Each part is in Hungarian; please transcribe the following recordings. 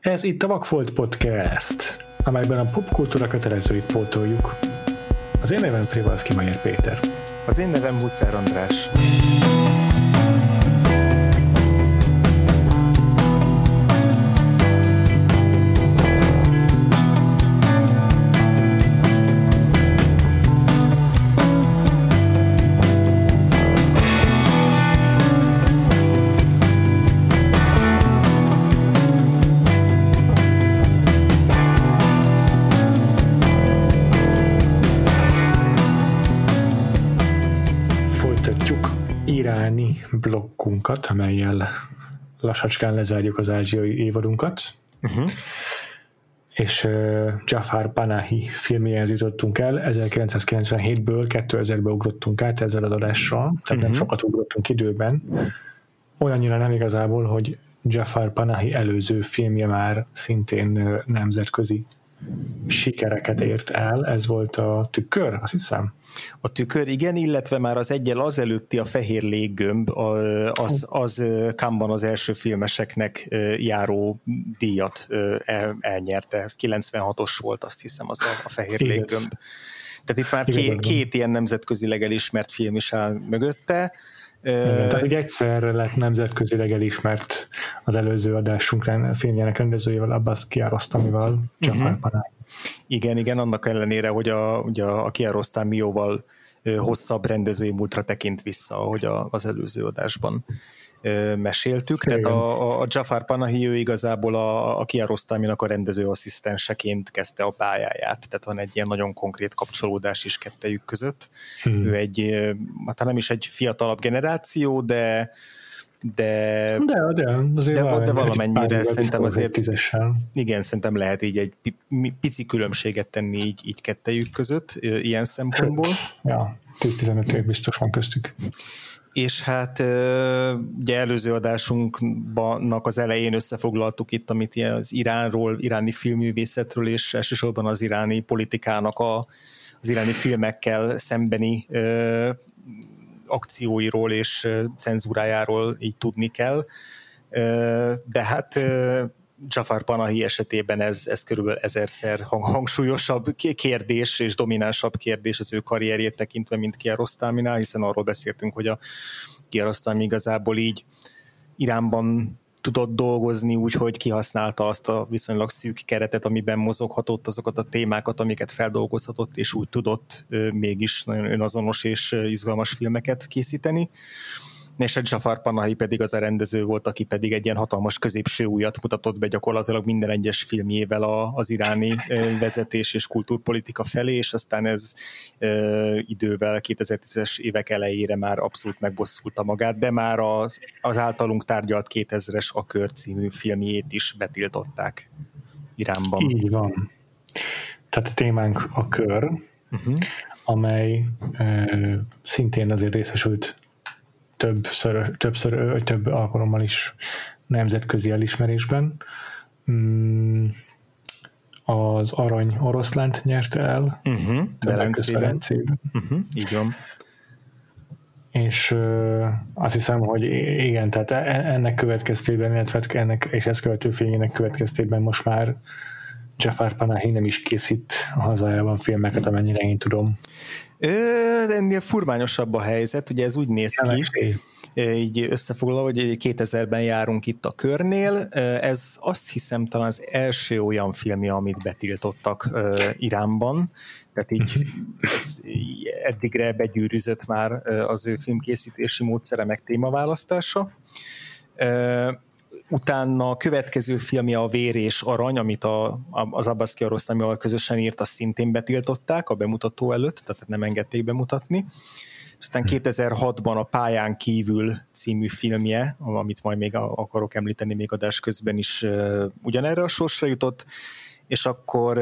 Ez itt a Vakfolt Podcast, amelyben a popkultúra kötelezőit pótoljuk. Az én nevem Frivalszky Mayer Péter. Az én nevem Huszár András. bloggunkat, amellyel lassacskán lezárjuk az ázsiai évadunkat. És Jafar Panahi filmjéhez jutottunk el, 1997-ből 2000-be ugrottunk át ezzel az adással, tehát nem sokat ugrottunk időben. Olyannyira nem igazából, hogy Jafar Panahi előző filmje már szintén nemzetközi sikereket ért el, ez volt a Tükör, azt hiszem. A Tükör, igen, illetve már az egyel azelőtti a Fehér léggömb, az Cannes-ban az első filmeseknek járó díjat elnyerte, ez 96-os volt, azt hiszem, az a Fehér léggömb. Tehát itt már két ilyen nemzetközileg elismert film is áll mögötte. Tehát ugye egyszerre lett nemzetközileg elismert az előző adásunk filmjének rendezőjével, Abbas Kiarostamival, Jafar Panahi. Igen, annak ellenére, hogy a Kiarostami jóval hosszabb rendezői múltra tekint vissza, ahogy az előző adásban meséltük. Igen. Tehát a Jafar Panahi ő igazából a Kiarostaminak a rendezőasszisztenseként kezdte a pályáját, tehát van egy ilyen nagyon konkrét kapcsolódás is kettejük között. Ő hát nem is egy fiatalabb generáció, de valamennyire szerintem azért igen, szerintem lehet így egy pici különbséget tenni így kettejük között ilyen szempontból. Ja, 10-15 év biztos van köztük. És hát ugye előző adásunknak az elején összefoglaltuk itt, amit az Iránról, iráni filmművészetről és elsősorban az iráni politikának az iráni filmekkel szembeni akcióiról és cenzúrájáról így tudni kell. De hát Jafar Panahi esetében ez körülbelül 1000-szer hangsúlyosabb kérdés és dominánsabb kérdés az ő karrierjét tekintve, mint Kiarostaminál, hiszen arról beszéltünk, hogy a Kiarostami igazából így Iránban tudott dolgozni úgy, hogy kihasználta azt a viszonylag szűk keretet, amiben mozoghatott, azokat a témákat, amiket feldolgozhatott, és úgy tudott mégis nagyon önazonos és izgalmas filmeket készíteni. És a Jafar Panahi pedig az a rendező volt, aki pedig egy ilyen hatalmas középső ujjat mutatott be gyakorlatilag minden egyes filmjével az iráni vezetés és kultúrpolitika felé, és aztán ez idővel 2010-es évek elejére már abszolút megbosszulta magát, de már az általunk tárgyalt 2000-es A Kör című filmjét is betiltották Iránban. Így van. Tehát a témánk a Kör, amely szintén azért részesült több alkalommal is nemzetközi elismerésben. Az Arany Oroszlánt nyerte el. Velencében. Így van. És azt hiszem, hogy igen, tehát ennek következtében, illetve és ezt követő filmjének következtében most már Jafar Panahi nem is készít a hazájában filmeket, amennyire én tudom. De ennél furmányosabb a helyzet, ugye ez úgy néz ki, így összefoglalva, hogy 2000-ben járunk itt a Körnél, ez azt hiszem talán az első olyan filmje, amit betiltottak Iránban, tehát így ez eddigre begyűrűzött már az ő filmkészítési módszere meg témaválasztása. Utána a következő filmje a Vér és Arany, amit az Abbas Kiarostamival közösen írt, azt szintén betiltották a bemutató előtt, tehát nem engedték bemutatni. Aztán 2006-ban a Pályán kívül című filmje, amit majd még akarok említeni még adás közben is ugyanerre a sorsra jutott, és akkor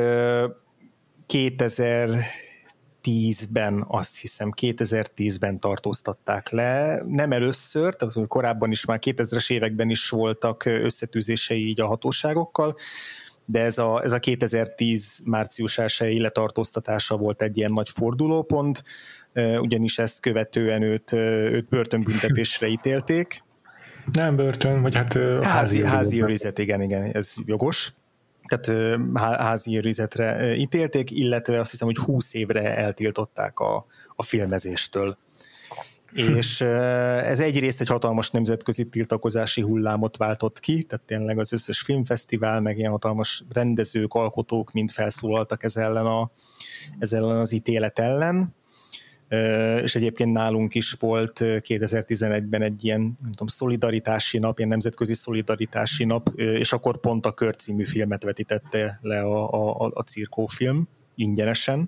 2010-ben, azt hiszem, 2010-ben tartóztatták le. Nem először, tehát korábban is már 2000-es években is voltak összetűzései így a hatóságokkal, de ez a 2010 március 1-i letartóztatása volt egy ilyen nagy fordulópont, ugyanis ezt követően őt börtönbüntetésre ítélték, Nem börtön, vagy hát házi őrizet, igen, ez jogos. Tehát házi őrizetre ítélték, illetve azt hiszem, hogy 20 évre eltiltották a filmezéstől. És ez egyrészt egy hatalmas nemzetközi tiltakozási hullámot váltott ki, tehát tényleg az összes filmfesztivál, meg ilyen hatalmas rendezők, alkotók mind felszólaltak ez ellen az ítélet ellen. És egyébként nálunk is volt 2011-ben egy ilyen, nem tudom, szolidaritási nap, ilyen nemzetközi szolidaritási nap, és akkor pont a Kör című filmet vetítette le a cirkófilm ingyenesen.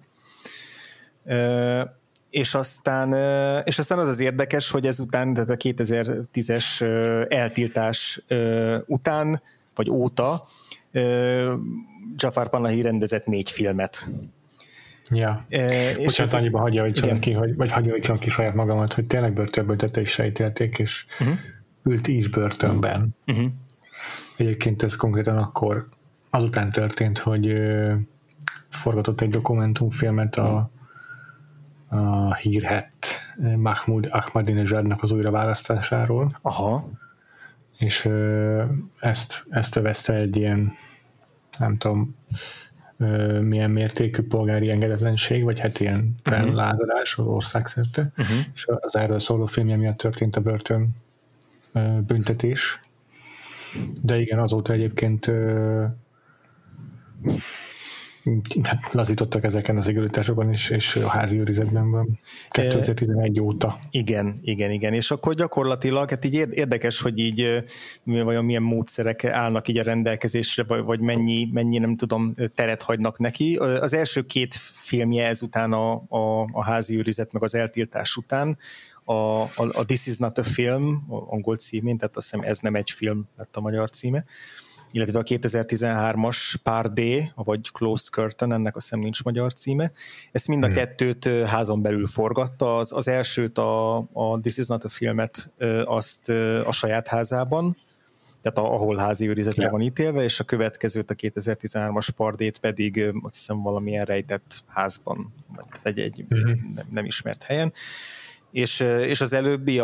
És aztán az érdekes, hogy ezután, tehát a 2010-es eltiltás után, vagy óta Jafar Panahi rendezett 4 filmet. Ja. Bocsánat, annyiba hagyja ki saját magamat, hogy tényleg börtönbüntetésre ítélték, és ült is börtönben. Egyébként ez konkrétan akkor azután történt, hogy forgatott egy dokumentumfilmet a hírhedt Mahmoud Ahmadinejadnak az újraválasztásáról. Aha. És ezt övezte egy ilyen, nem tudom, milyen mértékű polgári engedetlenség, vagy hát ilyen fellázadás országszerte, és az erről szóló filmje miatt történt a börtön büntetés. De igen, azóta egyébként lazítottak ezeken az szigorításokon is, és a házi őrizetben van 2011 óta. Igen. És akkor gyakorlatilag, hát így érdekes, hogy így vajon milyen módszerek állnak így a rendelkezésre, vagy mennyi nem tudom, teret hagynak neki. Az első 2 filmje ezután a házi őrizet, meg az eltiltás után, a This is not a film, angol címén, tehát azt hiszem ez nem egy film lett a magyar címe, illetve a 2013-as Pardé, vagy Closed Curtain, ennek azt hiszem nincs magyar címe. Ezt mind a kettőt házon belül forgatta. Az elsőt, a This is not a filmet, azt a saját házában, tehát ahol házi őrizetre van ítélve, és a következőt, a 2013-as Pardét pedig azt hiszem valamilyen rejtett házban, vagy egy nem ismert helyen. És az előbbi,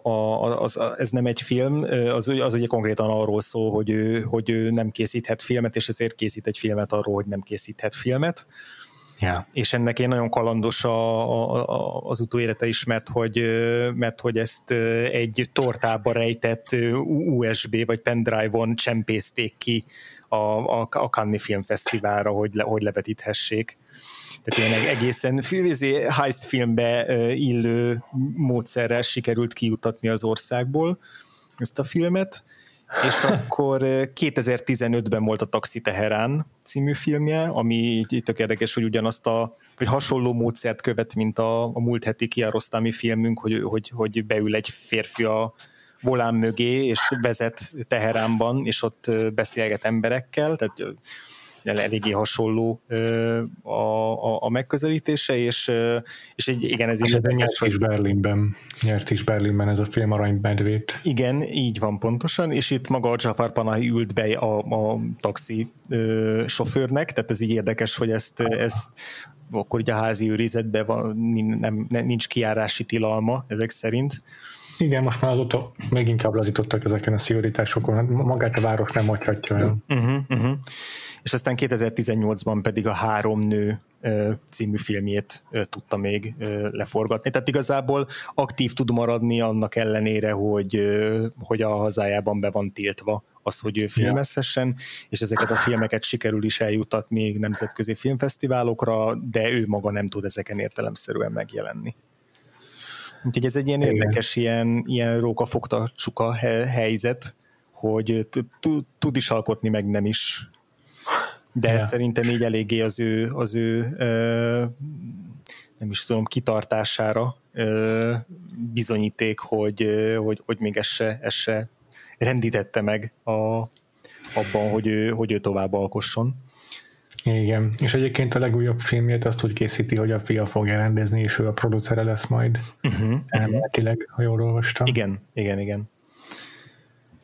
ez nem egy film, az ugye konkrétan arról szól, hogy ő nem készíthet filmet, és ezért készít egy filmet arról, hogy nem készíthet filmet. Yeah. És ennek én nagyon kalandos az utóélete is, mert hogy ezt egy tortába rejtett USB vagy pendrive-on csempészték ki a Cannes Filmfesztiválra, hogy levetíthessék. Tehát ilyen egészen heist filmbe illő módszerrel sikerült kijutatni az országból ezt a filmet, és akkor 2015-ben volt a Taxi Teherán című filmje, ami tök érdekes, hogy ugyanazt vagy hasonló módszert követ, mint a múlt heti Kiarostami filmünk, hogy beül egy férfi a volán mögé, és vezet Teheránban, és ott beszélget emberekkel, tehát eléggé hasonló a megközelítése, és igen, ez is nyert is Berlinben ez a film Aranymedvét. Igen, így van pontosan, és itt maga a Jafar Panahi ült be a taxi sofőrnek, tehát ez így érdekes, hogy ezt akkor ugye a házi őrizetben nincs kijárási tilalma ezek szerint. Igen, most már azóta még inkább lazítottak ezeken a szigorításokon, magát a város nem hagyhatja el. És aztán 2018-ban pedig a Három nő című filmjét tudta még leforgatni. Tehát igazából aktív tud maradni annak ellenére, hogy a hazájában be van tiltva az, hogy ő filmezhessen, és ezeket a filmeket sikerül is eljutatni nemzetközi filmfesztiválokra, de ő maga nem tud ezeken értelemszerűen megjelenni. Úgyhogy ez egy ilyen érdekes, ilyen rókafogta csuka helyzet, hogy tud is alkotni, meg nem is. De szerintem így eléggé az ő nem is tudom, kitartására bizonyíték, hogy még ez se rendítette meg abban, hogy ő tovább alkosson. Igen, és egyébként a legújabb filmjét azt úgy készíti, hogy a fia fogja rendezni, és ő a producere lesz majd elméletileg, ha jól olvastam. Igen.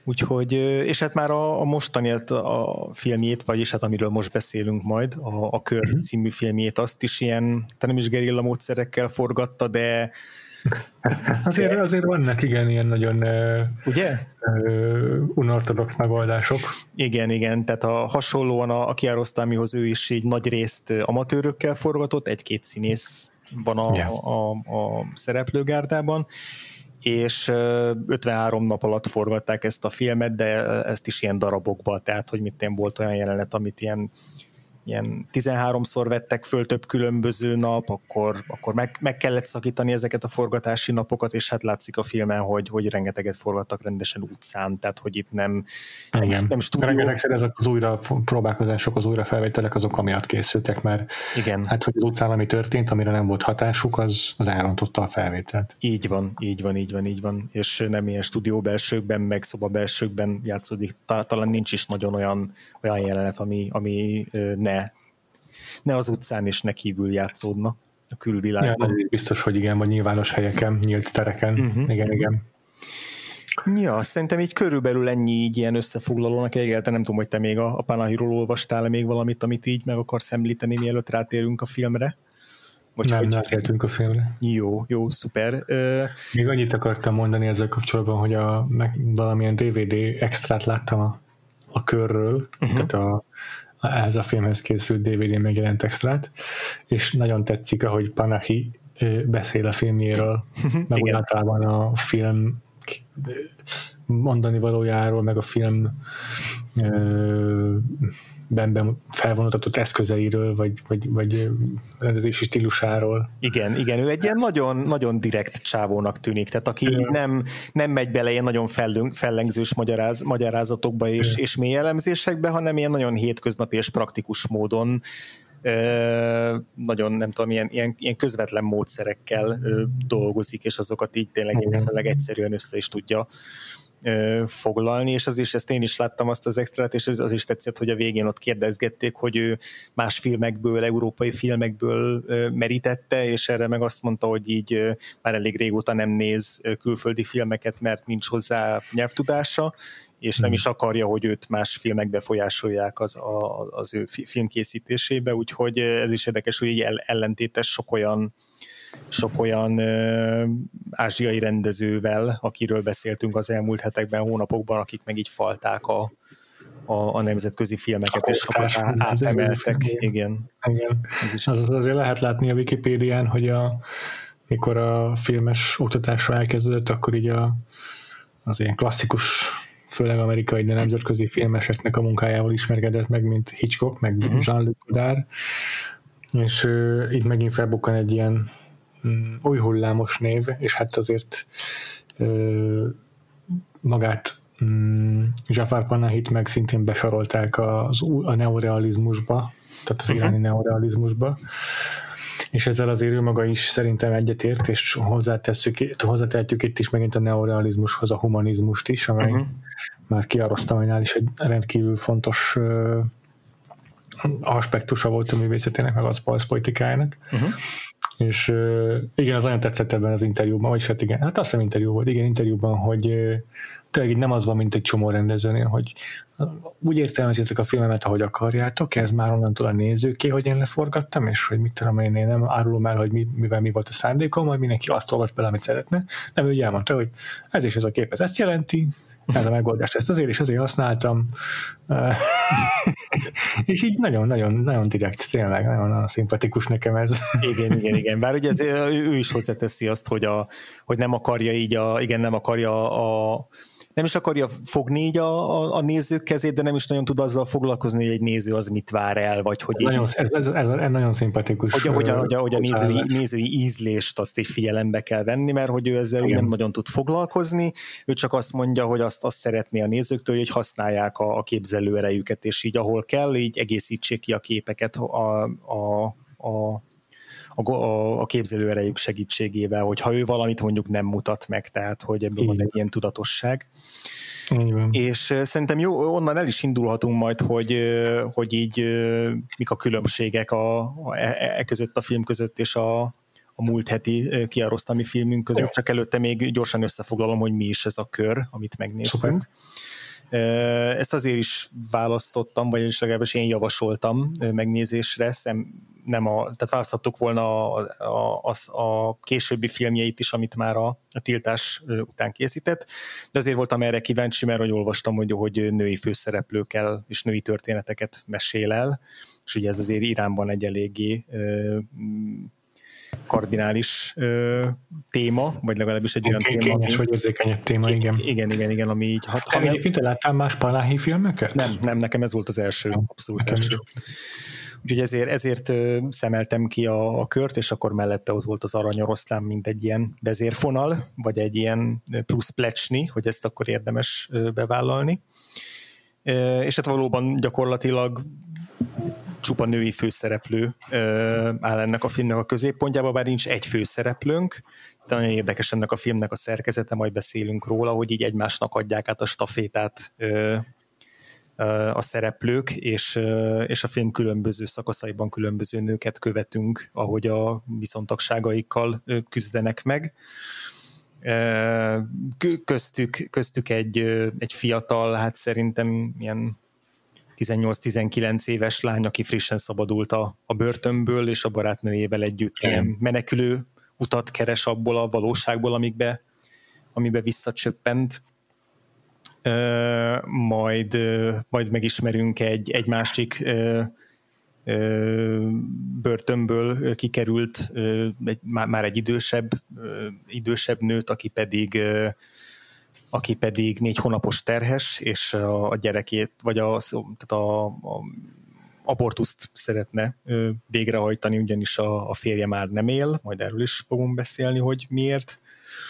Úgyhogy, és hát már a mostani a filmjét, vagyis hát amiről most beszélünk majd, a Kör című filmjét, azt is ilyen, nem is gerilla módszerekkel forgatta, de Azért vannak igen ilyen nagyon ugye? unortodox megoldások. Igen, tehát hasonlóan a Kiarostamihoz ő is így nagy részt amatőrökkel forgatott, egy-két színész van a szereplőgárdában, és 53 nap alatt forgatták ezt a filmet, de ezt is ilyen darabokba, tehát hogy volt olyan jelenet, amit ilyen 13-szor vettek föl több különböző nap, akkor meg kellett szakítani ezeket a forgatási napokat, és hát látszik a filmen, hogy rengeteget forgattak rendesen utcán, tehát hogy itt nem stúdió. Rengetegszer ezek az újrapróbálkozások, az újrafelvételek azok amiatt készültek, mert igen. Hát hogy az utcán ami történt, amire nem volt hatásuk, az elrontotta a felvételt. Így van, és nem ilyen stúdióbelsőkben, meg szobabelsőkben játszódik, talán nincs is nagyon olyan jelenet, ami ne az utcán és ne kívül játszódna a külvilágban. Ja, biztos, hogy igen, vagy nyilvános helyeken, nyílt tereken. Igen. Ja, szerintem így körülbelül ennyi így ilyen összefoglalónak. Egyáltalán nem tudom, hogy te még a Panahiról olvastál még valamit, amit így meg akarsz említeni, mielőtt rátérünk a filmre? Vagy nem rátértünk a filmre. Jó, szuper. Még annyit akartam mondani ezzel kapcsolatban, hogy valamilyen DVD extrát láttam a Körről, tehát ez a filmhez készült DVD megjelent extrát, és nagyon tetszik, ahogy Panahi beszél a filmjéről, meg úgy általában a film mondani valójáról, meg a film felvonultatott eszközeiről, vagy rendezési stílusáról. Igen, ő egy ilyen nagyon, nagyon direkt csávónak tűnik, tehát aki nem megy bele ilyen nagyon fellengzős magyarázatokba és mély elemzésekbe, hanem ilyen nagyon hétköznapi és praktikus módon nagyon, nem tudom, ilyen közvetlen módszerekkel dolgozik, és azokat így tényleg egyszerűen össze is tudja foglalni, és ezt én is láttam azt az extrát, és az is tetszett, hogy a végén ott kérdezgették, hogy ő más filmekből, európai filmekből merítette, és erre meg azt mondta, hogy így már elég régóta nem néz külföldi filmeket, mert nincs hozzá nyelvtudása, és nem is akarja, hogy őt más filmek befolyásolják az ő filmkészítésébe, úgyhogy ez is érdekes, hogy így ellentétes sok olyan ázsiai rendezővel, akiről beszéltünk az elmúlt hetekben, hónapokban, akik meg így falták a nemzetközi filmeket, és sokat átemeltek. Igen. Az azért lehet látni a Wikipédián, hogy mikor a filmes oktatásra elkezdődött, akkor így az ilyen klasszikus, főleg amerikai, de nemzetközi filmeseknek a munkájával ismerkedett meg, mint Hitchcock, meg Jean-Luc Godard, és itt megint felbukkan egy ilyen új hullámos név, és hát azért magát Jafar Panahit meg szintén besorolták a neorealizmusba, tehát az iráni neorealizmusba, és ezzel azért ő maga is szerintem egyetért, és hozzátehetjük itt is megint a neorealizmushoz a humanizmust is, amely már Kiarostamihnál is egy rendkívül fontos aspektusa volt a művészetének, meg az politikájának. És igen, az nagyon tetszett ebben az interjúban, vagyis hát igen, hát azt hiszem interjú volt, igen, interjúban, hogy tényleg így nem az van, mint egy csomó rendezőnél, hogy úgy értelmezitek a filmemet, ahogy akarjátok, ez már onnantól a nézőké, hogy én leforgattam, és hogy mit tudom én nem árulom el, hogy mivel mi volt a szándékom, majd mindenki azt olvas bele, amit szeretne. Nem, ő elmondta, hogy ez és ez a kép, ez ezt jelenti, ez a megoldás, ezt azért és azért használtam. És így nagyon direkt, tényleg nagyon szimpatikus nekem ez. Igen. Bár ugye ő is hozzáteszi azt, hogy nem akarja így nem is akarja fogni így a nézők kezét, de nem is nagyon tud azzal foglalkozni, hogy egy néző az mit vár el, vagy hogy... Ez nagyon szimpatikus. Hogy a nézői ízlést azt is figyelembe kell venni, mert hogy ő ezzel nem nagyon tud foglalkozni, ő csak azt mondja, hogy azt szeretné a nézőktől, hogy használják a képzelőerejüket, és így ahol kell, így egészítsék ki a képeket a képzelőerejük segítségével, hogyha ő valamit mondjuk nem mutat meg, tehát hogy ebből van egy ilyen tudatosság. Igen. És szerintem jó, onnan el is indulhatunk majd, hogy így mik a különbségek között a film között és a múlt heti Kiarostami filmünk között, csak előtte még gyorsan összefoglalom, hogy mi is ez a Kör, amit megnéztünk. Ezt azért is választottam, vagyis legalábbis én javasoltam megnézésre, tehát választhattuk volna a későbbi filmjeit is, amit már a tiltás után készített, de azért voltam erre kíváncsi, mert hogy olvastam, hogy női főszereplőkkel és női történeteket mesél el, és ugye ez azért Iránban egy eléggé kardinális téma, vagy legalábbis egy olyan téma, kényes vagy érzékenyebb téma, igen. Igen, ami így Egyébként te láttál más Panahi filmeket? Nem, nekem ez volt az első, abszolút első. Úgyhogy ezért szemeltem ki a kört, és akkor mellette ott volt az Aranyoroszlán, mint egy ilyen vezérfonal, vagy egy ilyen plusz plecsni, hogy ezt akkor érdemes bevállalni. És hát valóban gyakorlatilag csupa női főszereplő áll ennek a filmnek a középpontjában, bár nincs egy főszereplőnk, de nagyon érdekes ennek a filmnek a szerkezete, majd beszélünk róla, hogy így egymásnak adják át a stafétát a szereplők, és a film különböző szakaszaiban különböző nőket követünk, ahogy a viszontagságaikkal küzdenek meg. Köztük egy fiatal, hát szerintem ilyen 18-19 éves lány, aki frissen szabadult a börtönből, és a barátnőjével együtt ilyen menekülő utat keres abból a valóságból, amibe visszacsöppent. Majd megismerünk egy másik börtönből kikerült, már egy idősebb nőt, aki pedig 4 hónapos terhes, és a gyerekét, vagy tehát a abortuszt szeretne végrehajtani, ugyanis a férje már nem él, majd erről is fogunk beszélni, hogy miért.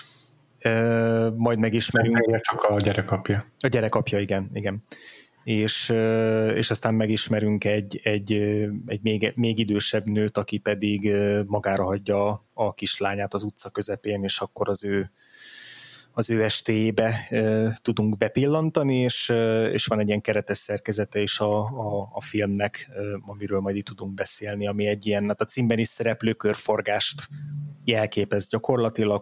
Majd megismerünk... Csak a gyerekapja. A gyerekapja, igen. És aztán megismerünk egy még idősebb nőt, aki pedig magára hagyja a kislányát az utca közepén, és akkor az ő estéjébe tudunk bepillantani, és van egy ilyen keretes szerkezete is a filmnek, amiről majd itt tudunk beszélni, ami egy ilyen, hát a címben is szereplő körforgást jelképez gyakorlatilag.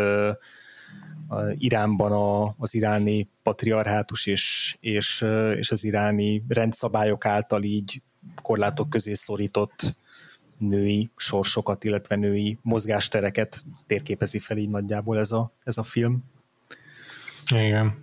Iránban az iráni patriarhátus és az iráni rendszabályok által így korlátok közé szorított női sorsokat, illetve női mozgástereket térképezi fel így nagyjából ez a film. Igen.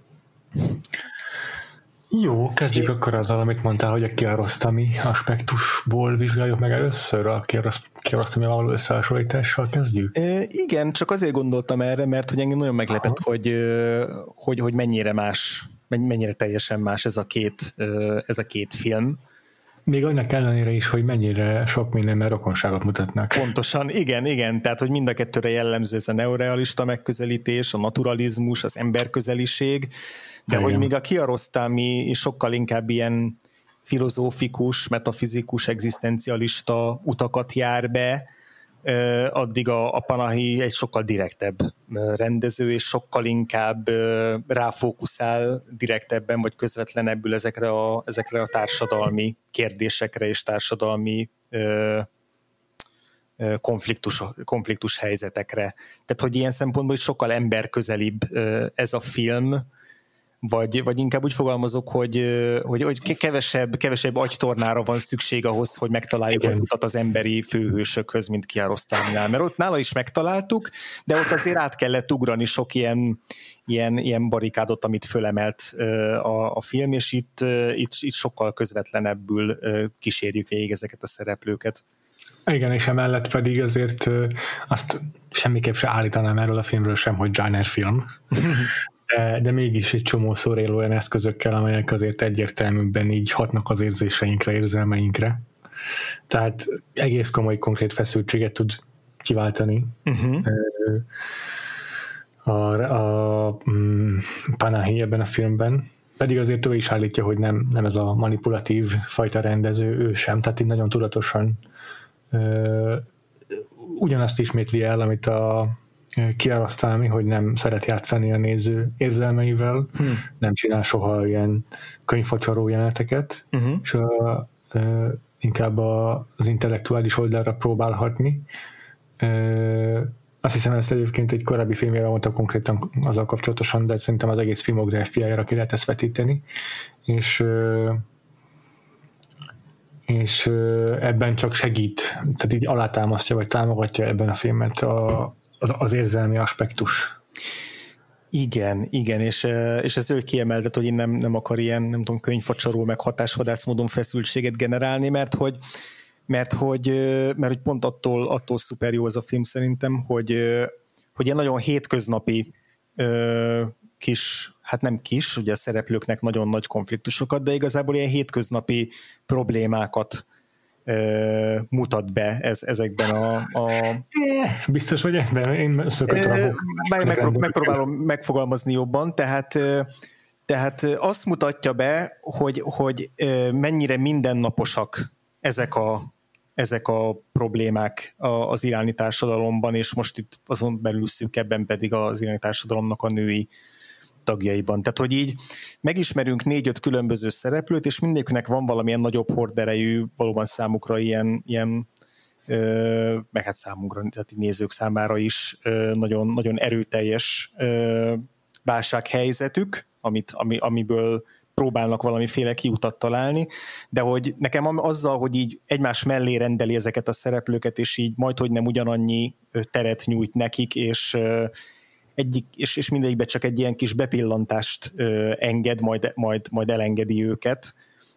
Jó, kezdjük akkor azzal, amit mondtál, hogy a Kiarostami aspektusból vizsgáljuk meg először, a Kiarostami való összehasonlítással kezdjük? Igen, csak azért gondoltam erre, mert hogy engem nagyon meglepett, hogy mennyire teljesen más ez a két film. Még annak ellenére is, hogy mennyire sok mindenben rokonságot mutatnak. Pontosan, igen, tehát hogy mind a kettőre jellemző ez a neorealista megközelítés, a naturalizmus, az emberközeliség, de igen. Hogy még a Kiarostami sokkal inkább ilyen filozófikus, metafizikus, egzisztencialista utakat jár be, addig a Panahi egy sokkal direktebb rendező, és sokkal inkább ráfókuszál direktebben, vagy közvetlenebbül ezekre a társadalmi kérdésekre és társadalmi konfliktus helyzetekre. Tehát, hogy ilyen szempontból is sokkal emberközelibb ez a film, vagy inkább úgy fogalmazok, hogy kevesebb agytornára van szükség ahhoz, hogy megtaláljuk az utat az emberi főhősökhöz, mint Kiarostaminál. Mert ott nála is megtaláltuk, de ott azért át kellett ugrani sok ilyen barikádot, amit fölemelt a film, és itt sokkal közvetlenebbül kísérjük végig ezeket a szereplőket. Igen, és emellett pedig azért azt semmiképp se állítanám erről a filmről sem, hogy genre film. De mégis egy csomószor él olyan eszközökkel, amelyek azért egyértelműbben így hatnak az érzéseinkre, érzelmeinkre. Tehát egész komoly, konkrét feszültséget tud kiváltani. A Panahi ebben a filmben. Pedig azért ő is állítja, hogy nem ez a manipulatív fajta rendező, ő sem. Tehát így nagyon tudatosan ugyanazt ismétli el, amit a Kiarostami, hogy nem szeret játszani a néző érzelmeivel, nem csinál soha ilyen könyvfacsaró jeleneteket, és inkább az intellektuális oldalra próbál hatni. Azt hiszem, ezt egyébként egy korábbi filmjében mondta konkrétan azzal kapcsolatosan, de szerintem az egész filmográfiájára ki lehet ezt vetíteni, és ebben csak segít, tehát így alátámasztja, vagy támogatja ebben a filmet az érzelmi aspektus. Igen, és ez ő kiemeltet, hogy nem akar ilyen, nem tudom, könyvfacsaró, meg hatásvadász módon feszültséget generálni, mert hogy pont attól szuper jó ez a film szerintem, hogy ilyen nagyon hétköznapi kis, hát nem kis, ugye a szereplőknek nagyon nagy konfliktusokat, de igazából ilyen hétköznapi problémákat mutat be ezekben Biztos vagy ebben? Én megpróbálom megfogalmazni jobban, tehát azt mutatja be, hogy mennyire mindennaposak ezek a problémák az iráni társadalomban, és most itt azon belül szűkebben pedig az iráni társadalomnak a női tagjaiban. Tehát, hogy így megismerünk 4-5 különböző szereplőt, és mindegyiknek van valamilyen nagyobb horderejű, valóban számukra ilyen meg hát számunkra, tehát nézők számára is nagyon, nagyon erőteljes válsághelyzetük, amiből próbálnak valamiféle kiutat találni, de hogy nekem azzal, hogy így egymás mellé rendeli ezeket a szereplőket, és így majdhogy nem ugyanannyi teret nyújt nekik, és mindegyikbe csak egy ilyen kis bepillantást enged, majd elengedi őket.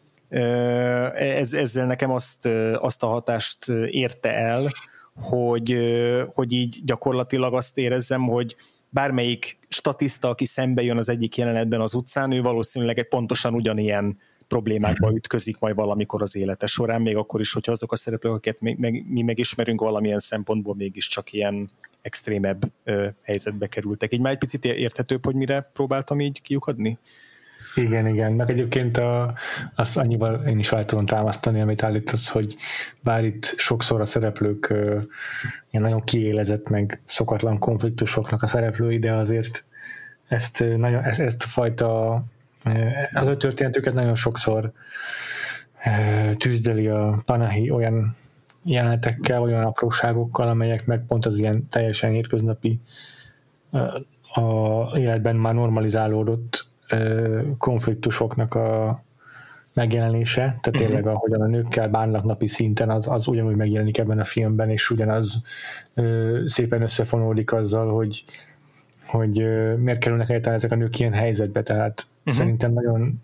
Ezzel nekem azt a hatást érte el, hogy így gyakorlatilag azt érezzem, hogy bármelyik statiszta, aki szembe jön az egyik jelenetben az utcán, ő valószínűleg pontosan ugyanilyen problémákba ütközik majd valamikor az élete során, még akkor is, hogyha azok a szereplők, akiket mi megismerünk, valamilyen szempontból mégiscsak ilyen extrémebb helyzetbe kerültek. Így már egy picit érthetőbb, hogy mire próbáltam így kiukadni? Igen. Meg egyébként azt annyival én is fel tudom támasztani, amit állítasz, hogy bár itt sokszor a szereplők ilyen nagyon kiélezett, meg szokatlan konfliktusoknak a szereplői, de azért ezt a fajta az ő történetüket nagyon sokszor tűzdeli a Panahi olyan jelenetekkel, olyan apróságokkal, amelyek meg pont az ilyen teljesen hétköznapi a életben már normalizálódott konfliktusoknak a megjelenése, tehát tényleg ahogyan a nőkkel bánnak napi szinten, az ugyanúgy megjelenik ebben a filmben, és ugyanaz szépen összefonódik azzal, hogy miért kerülnek egyáltalán ezek a nők ilyen helyzetbe, tehát szerintem nagyon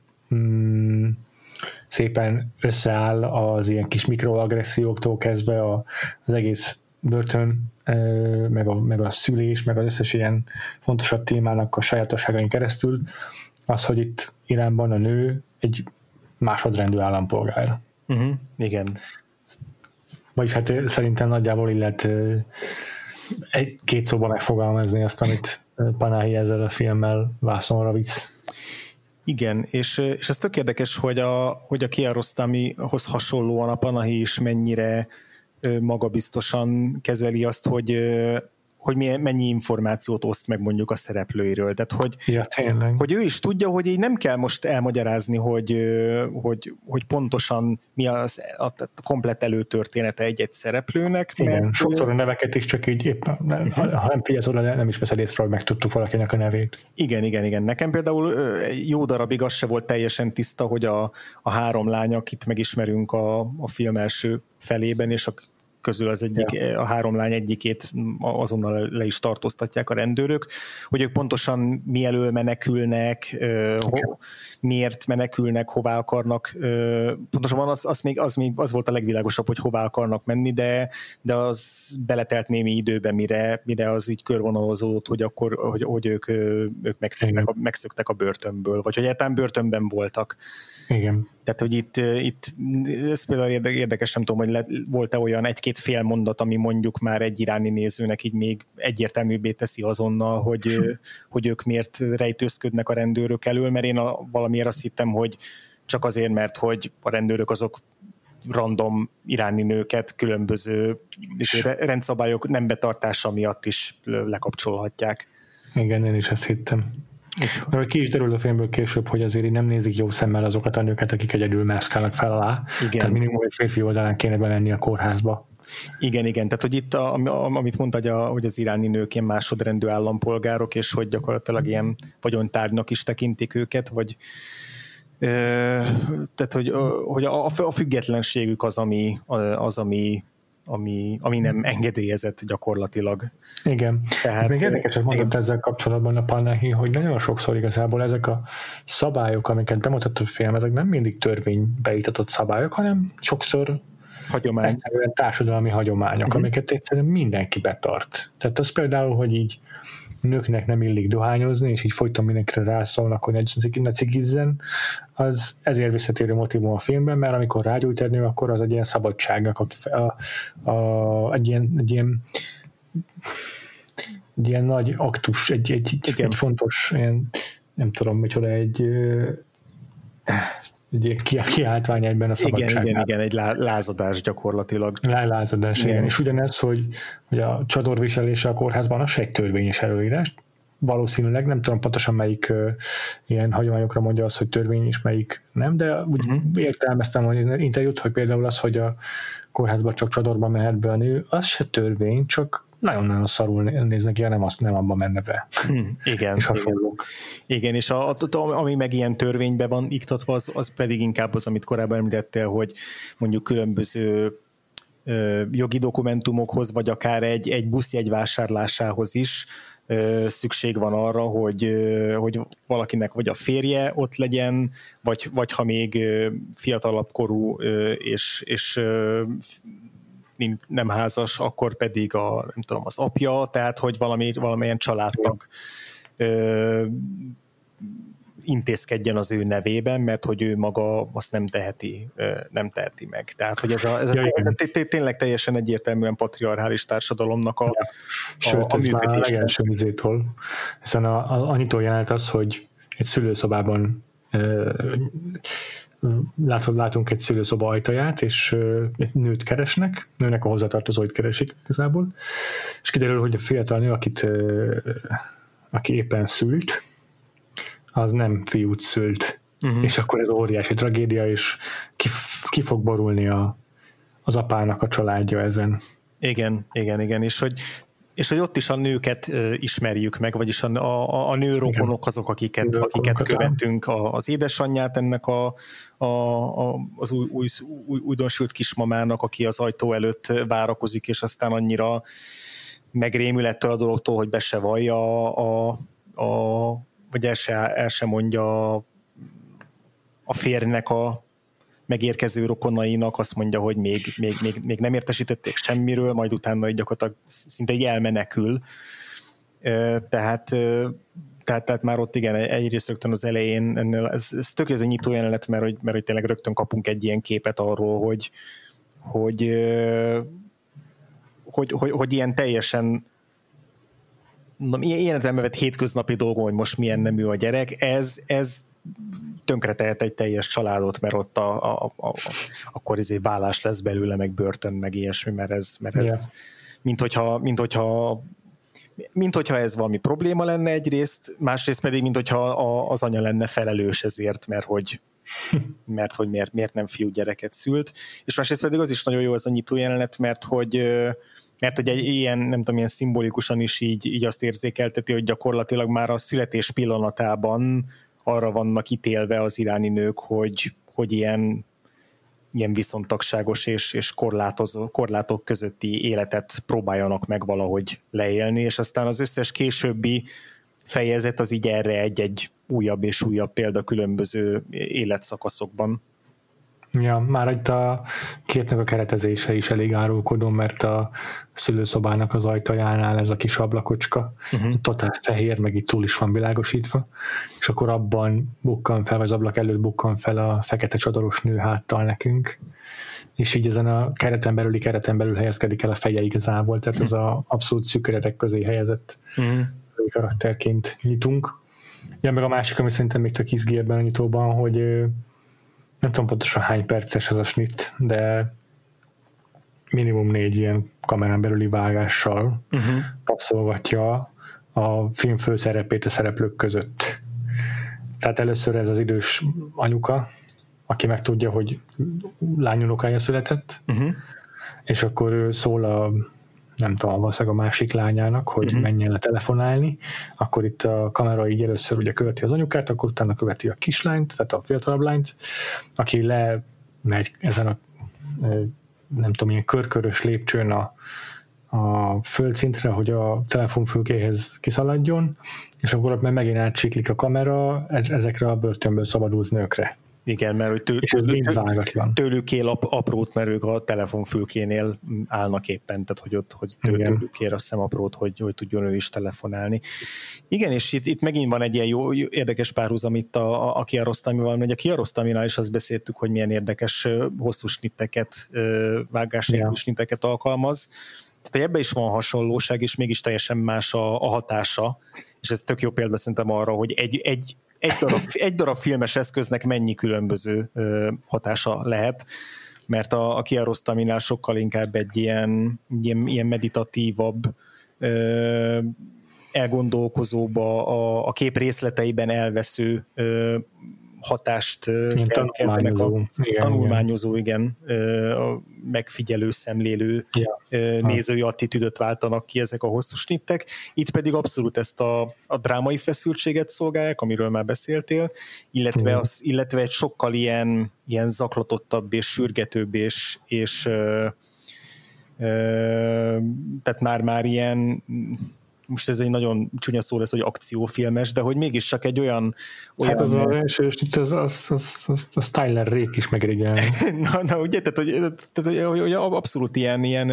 szépen összeáll az ilyen kis mikroagresszióktól kezdve az egész börtön, meg a szülés, meg az összes ilyen fontosabb témának a sajátosságain keresztül, az, hogy itt Iránban a nő egy másodrendű állampolgár. Igen. Vagyis hát szerintem nagyjából illet egy-két szóban megfogalmazni azt, amit Panahi ezzel a filmmel vászonra visz. Igen, és ez tök érdekes, hogy a Kiarostamihoz hasonlóan a Panahi is mennyire magabiztosan kezeli azt, hogy mennyi információt oszt meg mondjuk a szereplőiről. Tehát, hogy ő is tudja, hogy így nem kell most elmagyarázni, hogy pontosan mi a komplett előtörténete egy-egy szereplőnek. Igen, mert sokszor a neveket is csak így éppen, ha nem figyelsz oda, nem is veszed észre, hogy megtudtuk valakinek a nevét. Igen. Nekem például jó darabig az se volt teljesen tiszta, hogy a 3 lány, akit megismerünk a film első felében, és közül a 3 lány egyikét azonnal le is tartóztatják a rendőrök, hogy ők pontosan mi elől menekülnek, miért menekülnek, hová akarnak, pontosabban az volt a legvilágosabb, hogy hová akarnak menni, de az beletelt némi időben, mire az így körvonalazódott, hogy ők megszöktek a börtönből, vagy hogy egyáltalán börtönben voltak. Igen. Tehát, hogy itt ez például érdekes, nem tudom, hogy volt-e olyan egy-két fél mondat, ami mondjuk már egy iráni nézőnek így még egyértelműbbé teszi azonnal, hogy ők miért rejtőzködnek a rendőrök elől, mert én valamiért azt hittem, hogy csak azért, mert hogy a rendőrök azok random iráni nőket különböző rendszabályok nem betartása miatt is lekapcsolhatják. Igen, én is ezt hittem. Mert ki is derül a filmből később, hogy azért így nem nézik jó szemmel azokat a nőket, akik egyedül mászkálnak fel alá. Igen. Tehát minimum egy férfi oldalán kéne belenni a kórházba. Igen, tehát hogy itt, amit mondta, hogy az iráni nők ilyen másodrendű állampolgárok, és hogy gyakorlatilag ilyen vagyontárgynak is tekintik őket, vagy tehát, hogy a függetlenségük az, ami nem engedélyezett gyakorlatilag. Igen. Tehát, még érdekeset mondott ezzel kapcsolatban a Panahi, hogy nagyon sokszor igazából ezek a szabályok, amiket bemutatott a film, ezek nem mindig törvénybe írtatott szabályok, hanem sokszor egyszerűen társadalmi hagyományok, amiket egyszerűen mindenki betart. Tehát az például, hogy így nőknek nem illik dohányozni, és így folyton mindenkire rászólnak, hogy ne cigizzen, az ezért visszatérő motivum a filmben, mert amikor rágyújt egy nő, akkor az egy ilyen szabadságnak, egy ilyen nagy aktus, egy fontos, ilyen, nem tudom micsoda, egy kiáltvány egyben a szabadságnál. Igen, egy lázadás gyakorlatilag. Lázadás, igen. És ugyanez, hogy a csadorviselése a kórházban az se egy törvényes előírás. Valószínűleg, nem tudom pontosan melyik ilyen hagyományokra mondja az, hogy törvény és melyik nem, de úgy értelmeztem az interjút, hogy például az, hogy a kórházban csak csadorban mehet be a nő, az se törvény, csak nagyon-nagyon szarul néznek ki, nem abban menne be. Igen. Igen, és ami meg ilyen törvényben van iktatva, az pedig inkább az, amit korábban említettél, hogy mondjuk különböző jogi dokumentumokhoz, vagy akár egy buszjegy vásárlásához is szükség van arra, hogy valakinek vagy a férje ott legyen, vagy ha még fiatalabb korú és nem házas, akkor pedig az apja, tehát hogy valamilyen családtag intézkedjen az ő nevében, mert hogy ő maga azt nem teheti meg. Tehát, hogy ez tényleg teljesen egyértelműen patriarchális társadalomnak a Sőt, ez már a legelső vizétől, hiszen a nyitó jelenet az, hogy egy szülőszobában látunk egy szülőszoba ajtaját, és egy nőt keresnek, nőnek a hozzátartozóit keresik igazából, és kiderül, hogy a fiatal nő, aki éppen szült, az nem fiút szült. És akkor ez óriási tragédia, és ki fog borulni az apának a családja ezen. Igen, és hogy ott is a nőket ismerjük meg, vagyis a nőrokonok azok, akiket követünk, az édesanyját ennek az újdonsült kismamának, aki az ajtó előtt várakozik, és aztán annyira megrémül ettől a dologtól, hogy be se vallja vagy el se mondja a férjnek a megérkező rokonainak, azt mondja, hogy még nem értesítették semmiről, majd utána gyakorlatilag szinte így elmenekül. Tehát már ott igen, egyrészt rögtön az elején, ez tök ez egy nyitó jelenet, mert hogy tényleg rögtön kapunk egy ilyen képet arról, hogy ilyen teljesen ilyen értelemben vett hétköznapi dolgon, hogy most milyen nemű a gyerek, ez tönkretehet egy teljes családot, mert ott akkor vállás lesz belőle, meg börtön, meg ilyesmi, mert ez minthogyha ez valami probléma lenne egyrészt, másrészt pedig minthogyha az anya lenne felelős ezért, mert hogy miért nem fiúgyereket szült, és másrészt pedig az is nagyon jó ez a nyitó jelenet, mert hogy egy ilyen, nem tudom, ilyen szimbolikusan is így azt érzékelteti, hogy gyakorlatilag már a születés pillanatában arra vannak ítélve az iráni nők, hogy ilyen viszontagságos és korlátok közötti életet próbáljanak meg valahogy leélni, és aztán az összes későbbi fejezet az így erre egy újabb és újabb példa különböző életszakaszokban. Ja, már itt a képnek a keretezése is elég árulkodó, mert a szülőszobának az ajtajánál ez a kis ablakocska, totál fehér, meg itt túl is van világosítva, és akkor abban bukkan fel, vagy az ablak előtt bukkan fel a fekete csadoros nő háttal nekünk, és így ezen a kereten belül helyezkedik el a feje igazából, tehát ez az abszolút szűk keretek közé helyezett karakterként nyitunk. Ja, meg a másik, ami szerintem még tök izgi ebben a nyitóban, hogy nem tudom pontosan hány perces ez a snit, de minimum 4 ilyen kamerán belüli vágással passzolgatja a film főszerepét a szereplők között. Tehát először ez az idős anyuka, aki meg tudja, hogy lányunokája született, és akkor ő szól nem tudom, valószínűleg a másik lányának, hogy menjen le telefonálni, akkor itt a kamera így először ugye követi az anyukát, akkor utána követi a kislányt, tehát a fiatalabb lányt, aki lemegy ezen a nem tudom, ilyen körkörös lépcsőn a földszintre, hogy a telefonfülkéhez kiszaladjon, és akkor ott megint átsiklik a kamera ezekre a börtönből szabadult nőkre. Igen, mert tőlük kél aprót, mert ők a telefonfülkénél állnak éppen, tehát hogy tőlük kér a szemaprót, hogy tudjon ő is telefonálni. Igen, és itt megint van egy ilyen jó érdekes párhuzam itt a Kiarostamival, mert a Kiarostaminál is azt beszéltük, hogy milyen érdekes hosszú snitteket, vágás nélküli snitteket alkalmaz. Tehát ebben is van hasonlóság, és mégis teljesen más a hatása, és ez tök jó példa szerintem arra, hogy egy darab filmes eszköznek mennyi különböző hatása lehet, mert a Kiarostaminál sokkal inkább egy ilyen meditatívabb, elgondolkozóbb, a kép részleteiben elvesző hatást keltenek tanulmányozó, igen, a megfigyelő, szemlélő nézői attitűdöt váltanak ki ezek a hosszú snittek. Itt pedig abszolút ezt a drámai feszültséget szolgálják, amiről már beszéltél, illetve egy sokkal ilyen zaklatottabb és sürgetőbb és tehát már ilyen, most ez egy nagyon csúnya szó lesz, hogy akciófilmes, de hogy mégiscsak egy olyan... Hát az első snitt, az Tyler Rake is megrigyelni. na, ugye, tehát hogy abszolút ilyen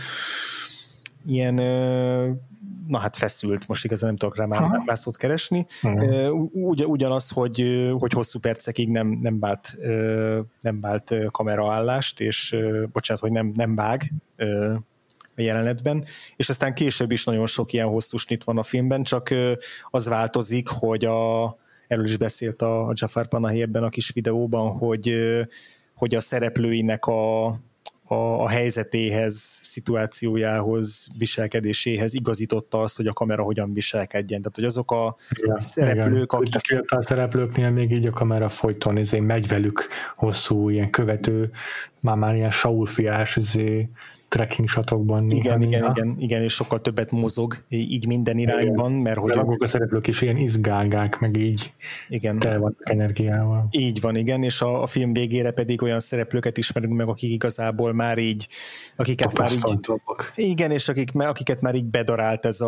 na hát feszült, most igazán nem tudok rá már szót keresni. Ugyanaz, hogy hosszú percekig nem vált kameraállást, és bocsánat, hogy nem vág a jelenetben, és aztán később is nagyon sok ilyen hosszú snit van a filmben, csak az változik, hogy erről is beszélt a Jafar Panahi ebben a kis videóban, hogy a szereplőinek a helyzetéhez, szituációjához, viselkedéséhez igazította azt, hogy a kamera hogyan viselkedjen. Tehát, hogy azok a szereplők, akik... A fiatal szereplőknél még így a kamera folyton megy velük hosszú, ilyen követő, már ilyen Saul fiás trekking shotokban. Igen, és sokkal többet mozog így minden irányban, mert hogy a szereplők is ilyen izgálgák, meg így tele vannak energiával. Így van, igen, és a film végére pedig olyan szereplőket ismerünk meg, akik igazából már így, akiket már így, igen, és akiket már így bedarált ez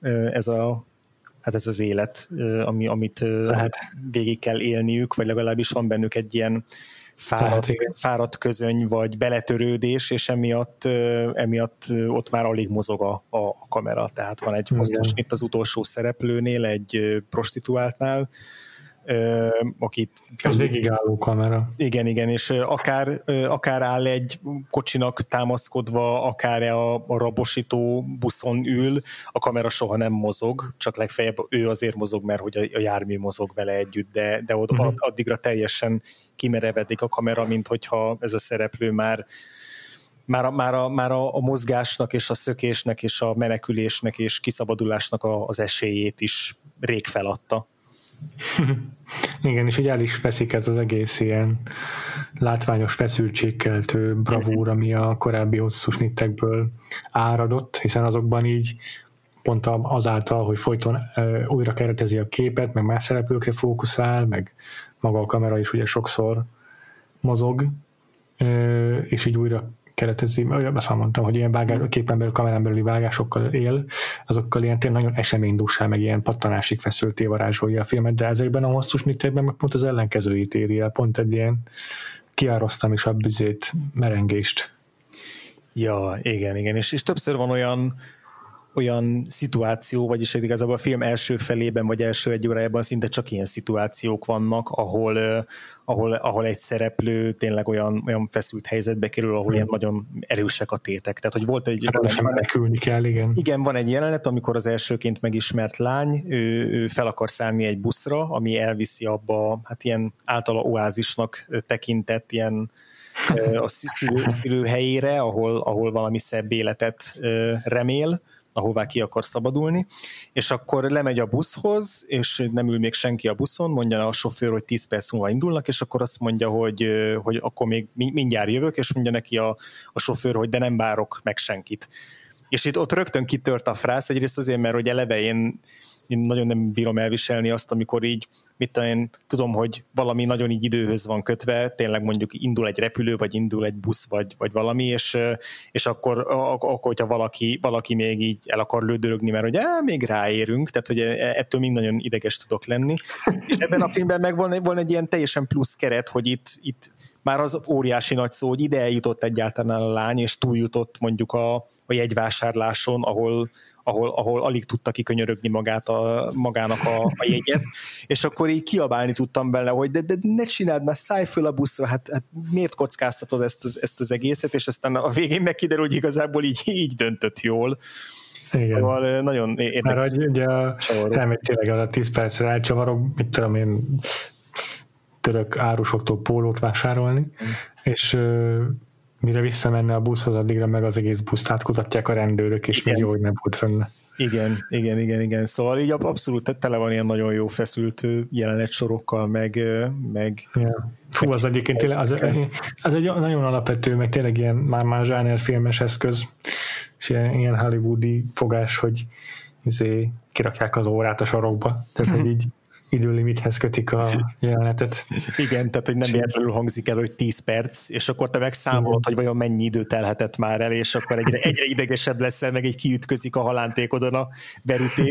az élet, amit végig kell élniük, vagy legalábbis van bennük egy ilyen fáradt közöny, vagy beletörődés, és emiatt ott már alig mozog a kamera. Tehát van egy hosszú snitt az utolsó szereplőnél, egy prostituáltnál, akit... Ez végigálló kamera. Igen, és akár áll egy kocsinak támaszkodva, akár a rabosító buszon ül, a kamera soha nem mozog, csak legfeljebb ő azért mozog, mert hogy a jármű mozog vele együtt, de addigra teljesen kimerevedik a kamera, mint hogyha ez a szereplő már a mozgásnak és a szökésnek és a menekülésnek és kiszabadulásnak az esélyét is rég feladta. Igen, és így el is veszik ez az egész ilyen látványos feszültségkeltő bravúr, ami a korábbi hosszú snittekből áradott, hiszen azokban így pont azáltal, hogy folyton újra keretezi a képet, meg más szereplőkre fókuszál, meg maga a kamera is ugye sokszor mozog, és így újra keretezi, azt mondtam, hogy ilyen képen belül, kamerán belüli vágásokkal él, azokkal ilyen tényleg nagyon eseménydúsá, meg ilyen pattanásig feszülté varázsolja a filmet, de ezekben a hosszú snittekben meg pont az ellenkezőjét éri el, pont egy ilyen kiároztamisabb merengést. Ja, igen, és többször van olyan szituáció, vagyis igazából a film első felében, vagy első egy órájában szinte csak ilyen szituációk vannak, ahol egy szereplő tényleg olyan feszült helyzetbe kerül, ahol ilyen nagyon erősek a tétek. Tehát, hogy volt egy... menekülni kell, igen. Igen, van egy jelenet, amikor az elsőként megismert lány, ő fel akar szállni egy buszra, ami elviszi abba, hát ilyen általa oázisnak tekintett ilyen a szülőhelyére, ahol valami szebb életet remél, ahová ki akar szabadulni, és akkor lemegy a buszhoz, és nem ül még senki a buszon, mondja a sofőr, hogy 10 perc múlva indulnak, és akkor azt mondja, hogy akkor még mindjárt jövök, és mondja neki a sofőr, hogy de nem várok meg senkit. És itt ott rögtön kitört a frász, egyrészt azért, mert hogy eleve én nagyon nem bírom elviselni azt, amikor így, tudom, hogy valami nagyon így időhöz van kötve, tényleg mondjuk indul egy repülő, vagy indul egy busz, vagy valami, és akkor hogyha valaki még így el akar lődörögni, mert hogy még ráérünk, tehát hogy ettől mind nagyon ideges tudok lenni. És ebben a filmben meg volna egy ilyen teljesen plusz keret, hogy itt már az óriási nagy szó, hogy ide eljutott egyáltalán a lány, és túljutott mondjuk a jegyvásárláson, ahol alig tudta kikönyörögni magának a jegyet, és akkor így kiabálni tudtam bele, hogy de ne csináld, már szállj föl a buszra, hát miért kockáztatod ezt az egészet, és aztán a végén megkiderül, hogy igazából így döntött jól. Igen. Szóval nagyon érdekes. Mert hogy ugye elmegy tényleg a 10 percre elcsavarok, mit tudom én, török árusoktól pólót vásárolni, és mire visszamenne a buszhoz, addigra meg az egész buszt átkutatják a rendőrök, és még jó, hogy nem volt fönn. Igen. Szóval így abszolút tele van ilyen nagyon jó feszült jelenetsorokkal, meg yeah. Fú, az egyébként tényleg, az egy nagyon alapvető, meg tényleg ilyen már zsánerfilmes eszköz, és ilyen hollywoodi fogás, hogy kirakják az órát a sarokba, tehát hogy így időlimithez kötik a jelenetet. Igen, tehát hogy nem véletlenül hangzik el, hogy 10 perc, és akkor te megszámolod, hogy vajon mennyi idő telhetett már el, és akkor egyre idegesebb leszel, meg egy kiütközik a halántékodon a veríték.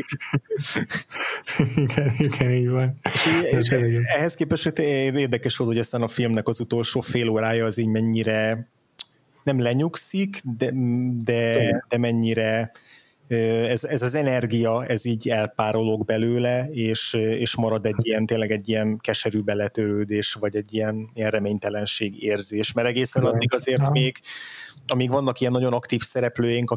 Igen, így van. És ehhez képest hogy érdekes volt, hogy aztán a filmnek az utolsó fél órája az így mennyire nem lenyugszik, de mennyire ez az energia, ez így elpárolog belőle, és marad tényleg egy ilyen keserű beletörődés, vagy egy ilyen reménytelenség érzés, mert egészen addig azért még, amíg vannak ilyen nagyon aktív szereplőink,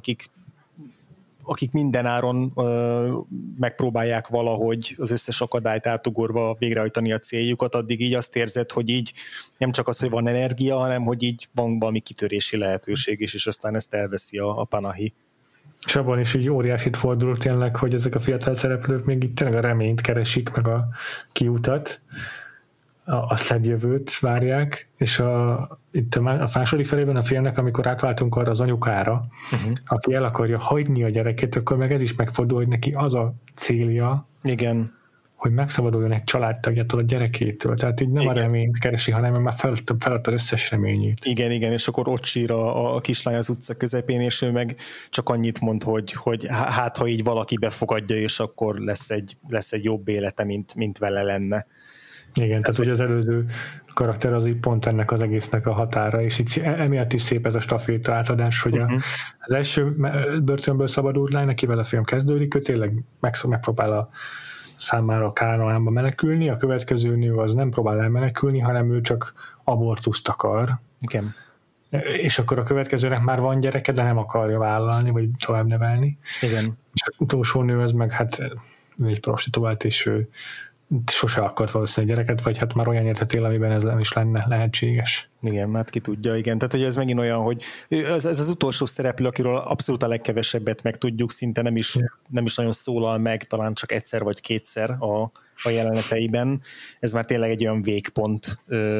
akik mindenáron megpróbálják valahogy az összes akadályt átugorva végrehajtani a céljukat, addig így azt érzed, hogy így nem csak az, hogy van energia, hanem hogy így van valami kitörési lehetőség is, és aztán ezt elveszi a Panahi. És abban is így óriásit fordulok tényleg, hogy ezek a fiatal szereplők még itt tényleg a reményt keresik, meg a kiutat, a szebb jövőt várják, és itt a második felében a filmnek, amikor átváltunk arra az anyukára, aki el akarja hagyni a gyereket, akkor meg ez is megfordul, hogy neki az a célja, igen, hogy megszabaduljon egy családtagjától, a gyerekétől. Tehát így nem a reményt keresi, hanem már feladta az összes reményét. Igen, és akkor ott sír a kislány az utca közepén, és ő meg csak annyit mond, hogy hát, ha így valaki befogadja, és akkor lesz egy jobb élete, mint vele lenne. Igen, tehát ugye az előző karakter az így pont ennek az egésznek a határa, és itt emiatt is szép ez a staféta átadás, hogy az első börtönből szabadult lány, akivel a film kezdődik, ő tényleg megpróbál a számára a Kánaánba menekülni, a következő nő az nem próbál elmenekülni, hanem ő csak abortuszt akar. Igen. És akkor a következőnek már van gyereke, de nem akarja vállalni, vagy tovább nevelni. Igen. És az utolsó nő az meg hát egy prostituált, és ő sose akart valószínűleg gyereket, vagy hát már olyan életet él, amiben ez nem is lenne lehetséges. Igen, hát ki tudja, igen. Tehát, hogy ez megint olyan, hogy ez az utolsó szereplő, akiről abszolút a legkevesebbet megtudjuk, szinte nem is nagyon szólal meg, talán csak egyszer vagy kétszer a jeleneteiben. Ez már tényleg egy olyan végpont,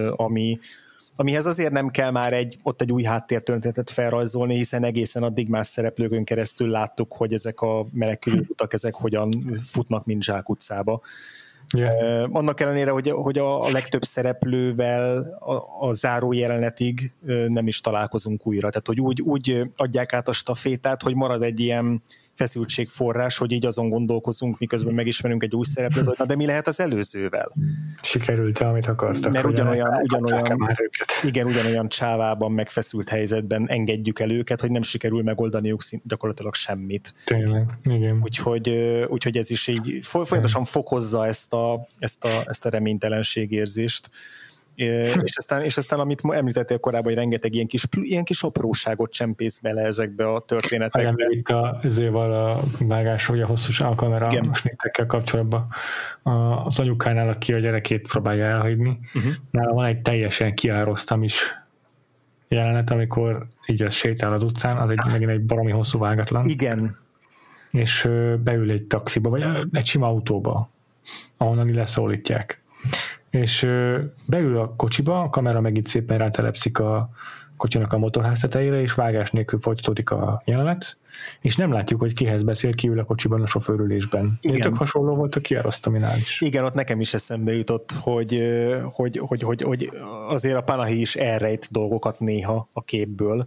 amihez azért nem kell már ott egy új háttértörténetet felrajzolni, hiszen egészen addig más szereplőkön keresztül láttuk, hogy ezek a menekülőutak, ezek hogyan futnak, mint zsákutcába. Yeah. Annak ellenére, hogy a legtöbb szereplővel a záró jelenetig nem is találkozunk újra. Tehát, hogy úgy adják át a stafétát, hogy marad egy ilyen feszültségforrás, hogy így azon gondolkozunk, miközben megismerünk egy új szereplőt, hogy na de mi lehet az előzővel? Sikerült-e, amit akartak? Mert ugyanolyan csávában, megfeszült helyzetben engedjük el őket, hogy nem sikerül megoldaniuk gyakorlatilag semmit. Tényleg, igen. Úgyhogy ez is így folyamatosan fokozza ezt a reménytelenség érzést. És aztán amit említettél korábban, hogy rengeteg ilyen kis apróságot csempész bele ezekbe a történetekbe. Igen, itt a vágás, vagy a hosszú kamera snittekkel kapcsolatban az anyukánál, aki a gyerekét próbálja elhagyni, nála van egy teljesen kiároztam is jelenet, amikor így sétál az utcán, az megint egy baromi hosszú vágatlan. Igen. és beül egy taxiba, vagy egy sima autóba, ahonnan leszólítják. És beül a kocsiba, a kamera megint szépen rátelepszik a kocsinak a motorház tetejére, és vágás nélkül folytatódik a jelenet, és nem látjuk, hogy kihez beszél, ki ül a kocsiban a sofőrülésben. Tök hasonló volt a Kiarosztominál is. Igen, ott nekem is eszembe jutott, hogy azért a Panahi is elrejt dolgokat néha a képből,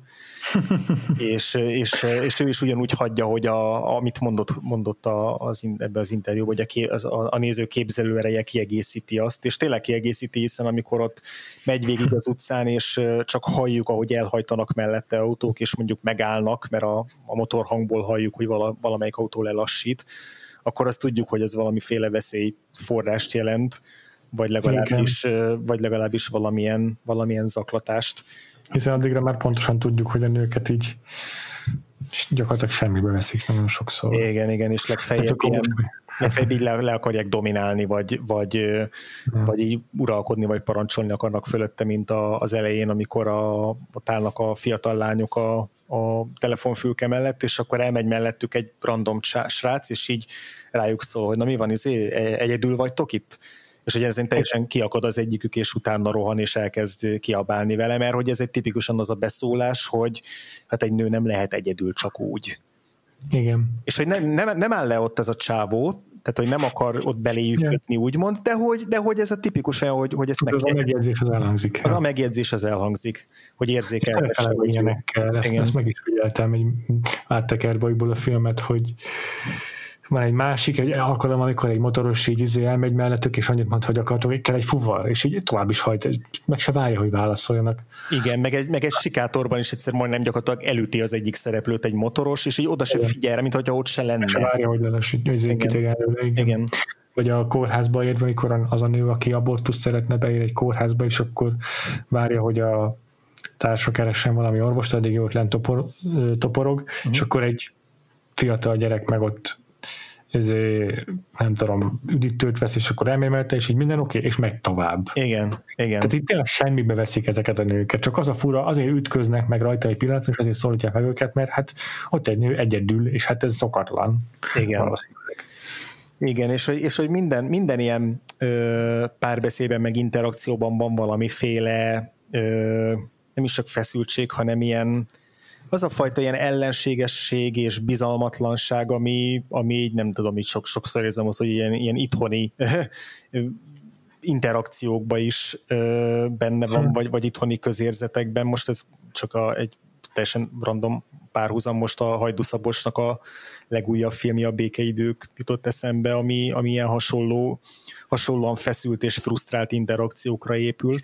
és ő is ugyanúgy hagyja, hogy amit mondott ebbe az interjúban, hogy a néző képzelő ereje kiegészíti azt, és tényleg kiegészíti, hiszen amikor ott megy végig az utcán, és csak halljuk, ahogy elhajtanak mellette autók, és mondjuk megállnak, mert a motorhangból halljuk, hogy valamelyik autó lelassít, akkor azt tudjuk, hogy ez valamiféle veszélyforrást jelent, vagy legalábbis valamilyen zaklatást. Hiszen addigra már pontosan tudjuk, hogy a nőket így gyakorlatilag semmibe veszik nagyon sokszor. Igen, és legfeljebb így le akarják dominálni, vagy így uralkodni, vagy parancsolni akarnak fölötte, mint az elején, amikor ott állnak a fiatal lányok a telefonfülke mellett, és akkor elmegy mellettük egy random srác, és így rájuk szól, hogy na mi van, egyedül vagytok itt? És hogy ezen teljesen kiakad az egyikük, és utána rohan, és elkezd kiabálni vele, mert hogy ez egy tipikusan az a beszólás, hogy hát egy nő nem lehet egyedül csak úgy. Igen. És hogy nem áll le ott ez a csávó, tehát hogy nem akar ott beléjük kötni, úgymond, de hogy ez a tipikus olyan, hogy ezt a megjegyzés az elhangzik. A megjegyzés az elhangzik, hogy érzékeltesse. Ezt meg is figyeltem egy áttekerbolyból a filmet, hogy van egy másik egy alkalom, amikor egy motoros így elmegy mellettük, és annyit mond, hogy akartok, kell egy fuvar, és így tovább is hajt, meg se várja, hogy válaszoljanak. Igen, meg egy sikátorban is egyszer majdnem gyakorlatilag elüti az egyik szereplőt egy motoros, és így oda se figyel, mint hogyha ott se lenne. Meg se várja, hogy igen. Vagy a kórházba érve, amikor az a nő, aki abortusz szeretne, beír egy kórházba, és akkor várja, hogy a társa keressen valami orvost, addig ott lent toporog, és akkor egy fiatal gyerek meg ott nem tudom, üdítőt vesz, és akkor elmémelte, és így minden oké, és megy tovább. Igen. Tehát itt tényleg semmibe veszik ezeket a nőket, csak az a fura, azért ütköznek meg rajta egy pillanat, és azért szólítják meg őket, mert hát ott egy nő egyedül, és hát ez szokatlan. Igen. Igen, és hogy minden ilyen párbeszédben, meg interakcióban van valamiféle nem is csak feszültség, hanem ilyen az a fajta ilyen ellenségesség és bizalmatlanság, ami így nem tudom, így sokszor érzem azt, hogy ilyen itthoni interakciókban is benne van, vagy itthoni közérzetekben. Most ez csak egy teljesen random párhuzam, most a Hajdú Szabolcsnak a legújabb filmje, a Békeidők jutott eszembe, ami ilyen hasonlóan feszült és frusztrált interakciókra épül.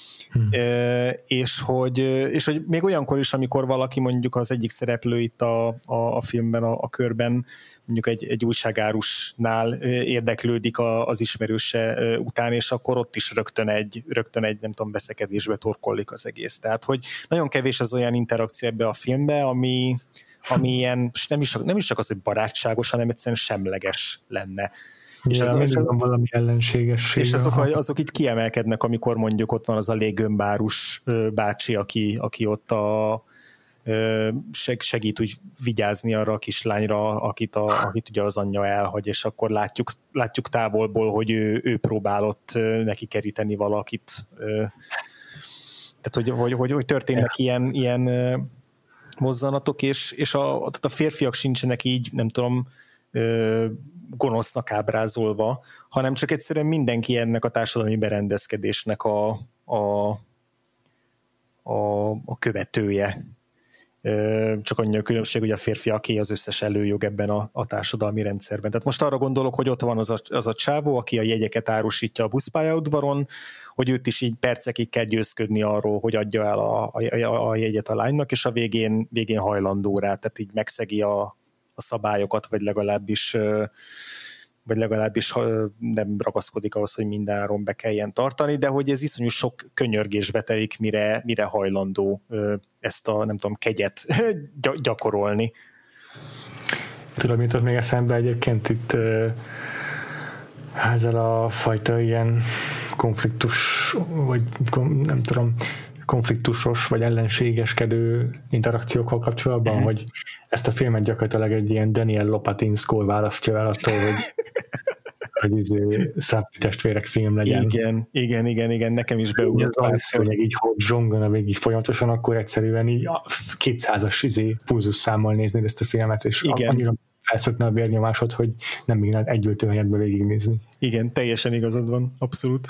És hogy még olyankor is, amikor valaki mondjuk az egyik szereplő itt a filmben, a körben mondjuk egy újságárusnál érdeklődik az ismerőse után, és akkor ott is rögtön egy nem tudom, veszekedésbe torkollik az egész. Tehát, hogy nagyon kevés az olyan interakció ebbe a filmbe, ami ilyen, nem is csak az, hogy barátságos, hanem egyszerűen semleges lenne. És valami ellenségesség. És azok itt kiemelkednek, amikor mondjuk ott van az a léggömbárus bácsi, aki ott segít úgy vigyázni arra a kislányra, akit ugye az anyja elhagy, és akkor látjuk távolból, hogy ő próbálott neki keríteni valakit. Tehát, hogy történnek ilyen mozzanatok, és a férfiak sincsenek így, nem tudom, gonosznak ábrázolva, hanem csak egyszerűen mindenki ennek a társadalmi berendezkedésnek a követője. Csak annyi a különbség, hogy a férfiaké az összes előjog ebben a társadalmi rendszerben. Tehát most arra gondolok, hogy ott van az a csávó, aki a jegyeket árusítja a buszpályaudvaron, hogy őt is így percekig kell győzködni arról, hogy adja el a jegyet a lánynak, és a végén hajlandó rá, tehát így megszegi a szabályokat, vagy legalábbis nem ragaszkodik ahhoz, hogy mindenáron be kelljen tartani, de hogy ez iszonyú sok könyörgésbe telik, mire hajlandó ezt a, nem tudom, kegyet gyakorolni. Tudom, jutott még eszembe egyébként itt ezzel a fajta ilyen konfliktus, vagy nem tudom, konfliktusos vagy ellenségeskedő interakciókkal kapcsolatban, hogy ezt a filmet gyakorlatilag egy ilyen Daniel Lopatin score választja el attól, hogy testvérek film legyen. Igen, nekem is beugrott párszor. Hogy így zsongana végig folyamatosan, akkor egyszerűen így 200-as pulzusszámmal néznéd ezt a filmet, és annyira felszokna a vérnyomásod, hogy nem bírnád egy öltőhelyetbe végignézni. Igen, teljesen igazad van, abszolút.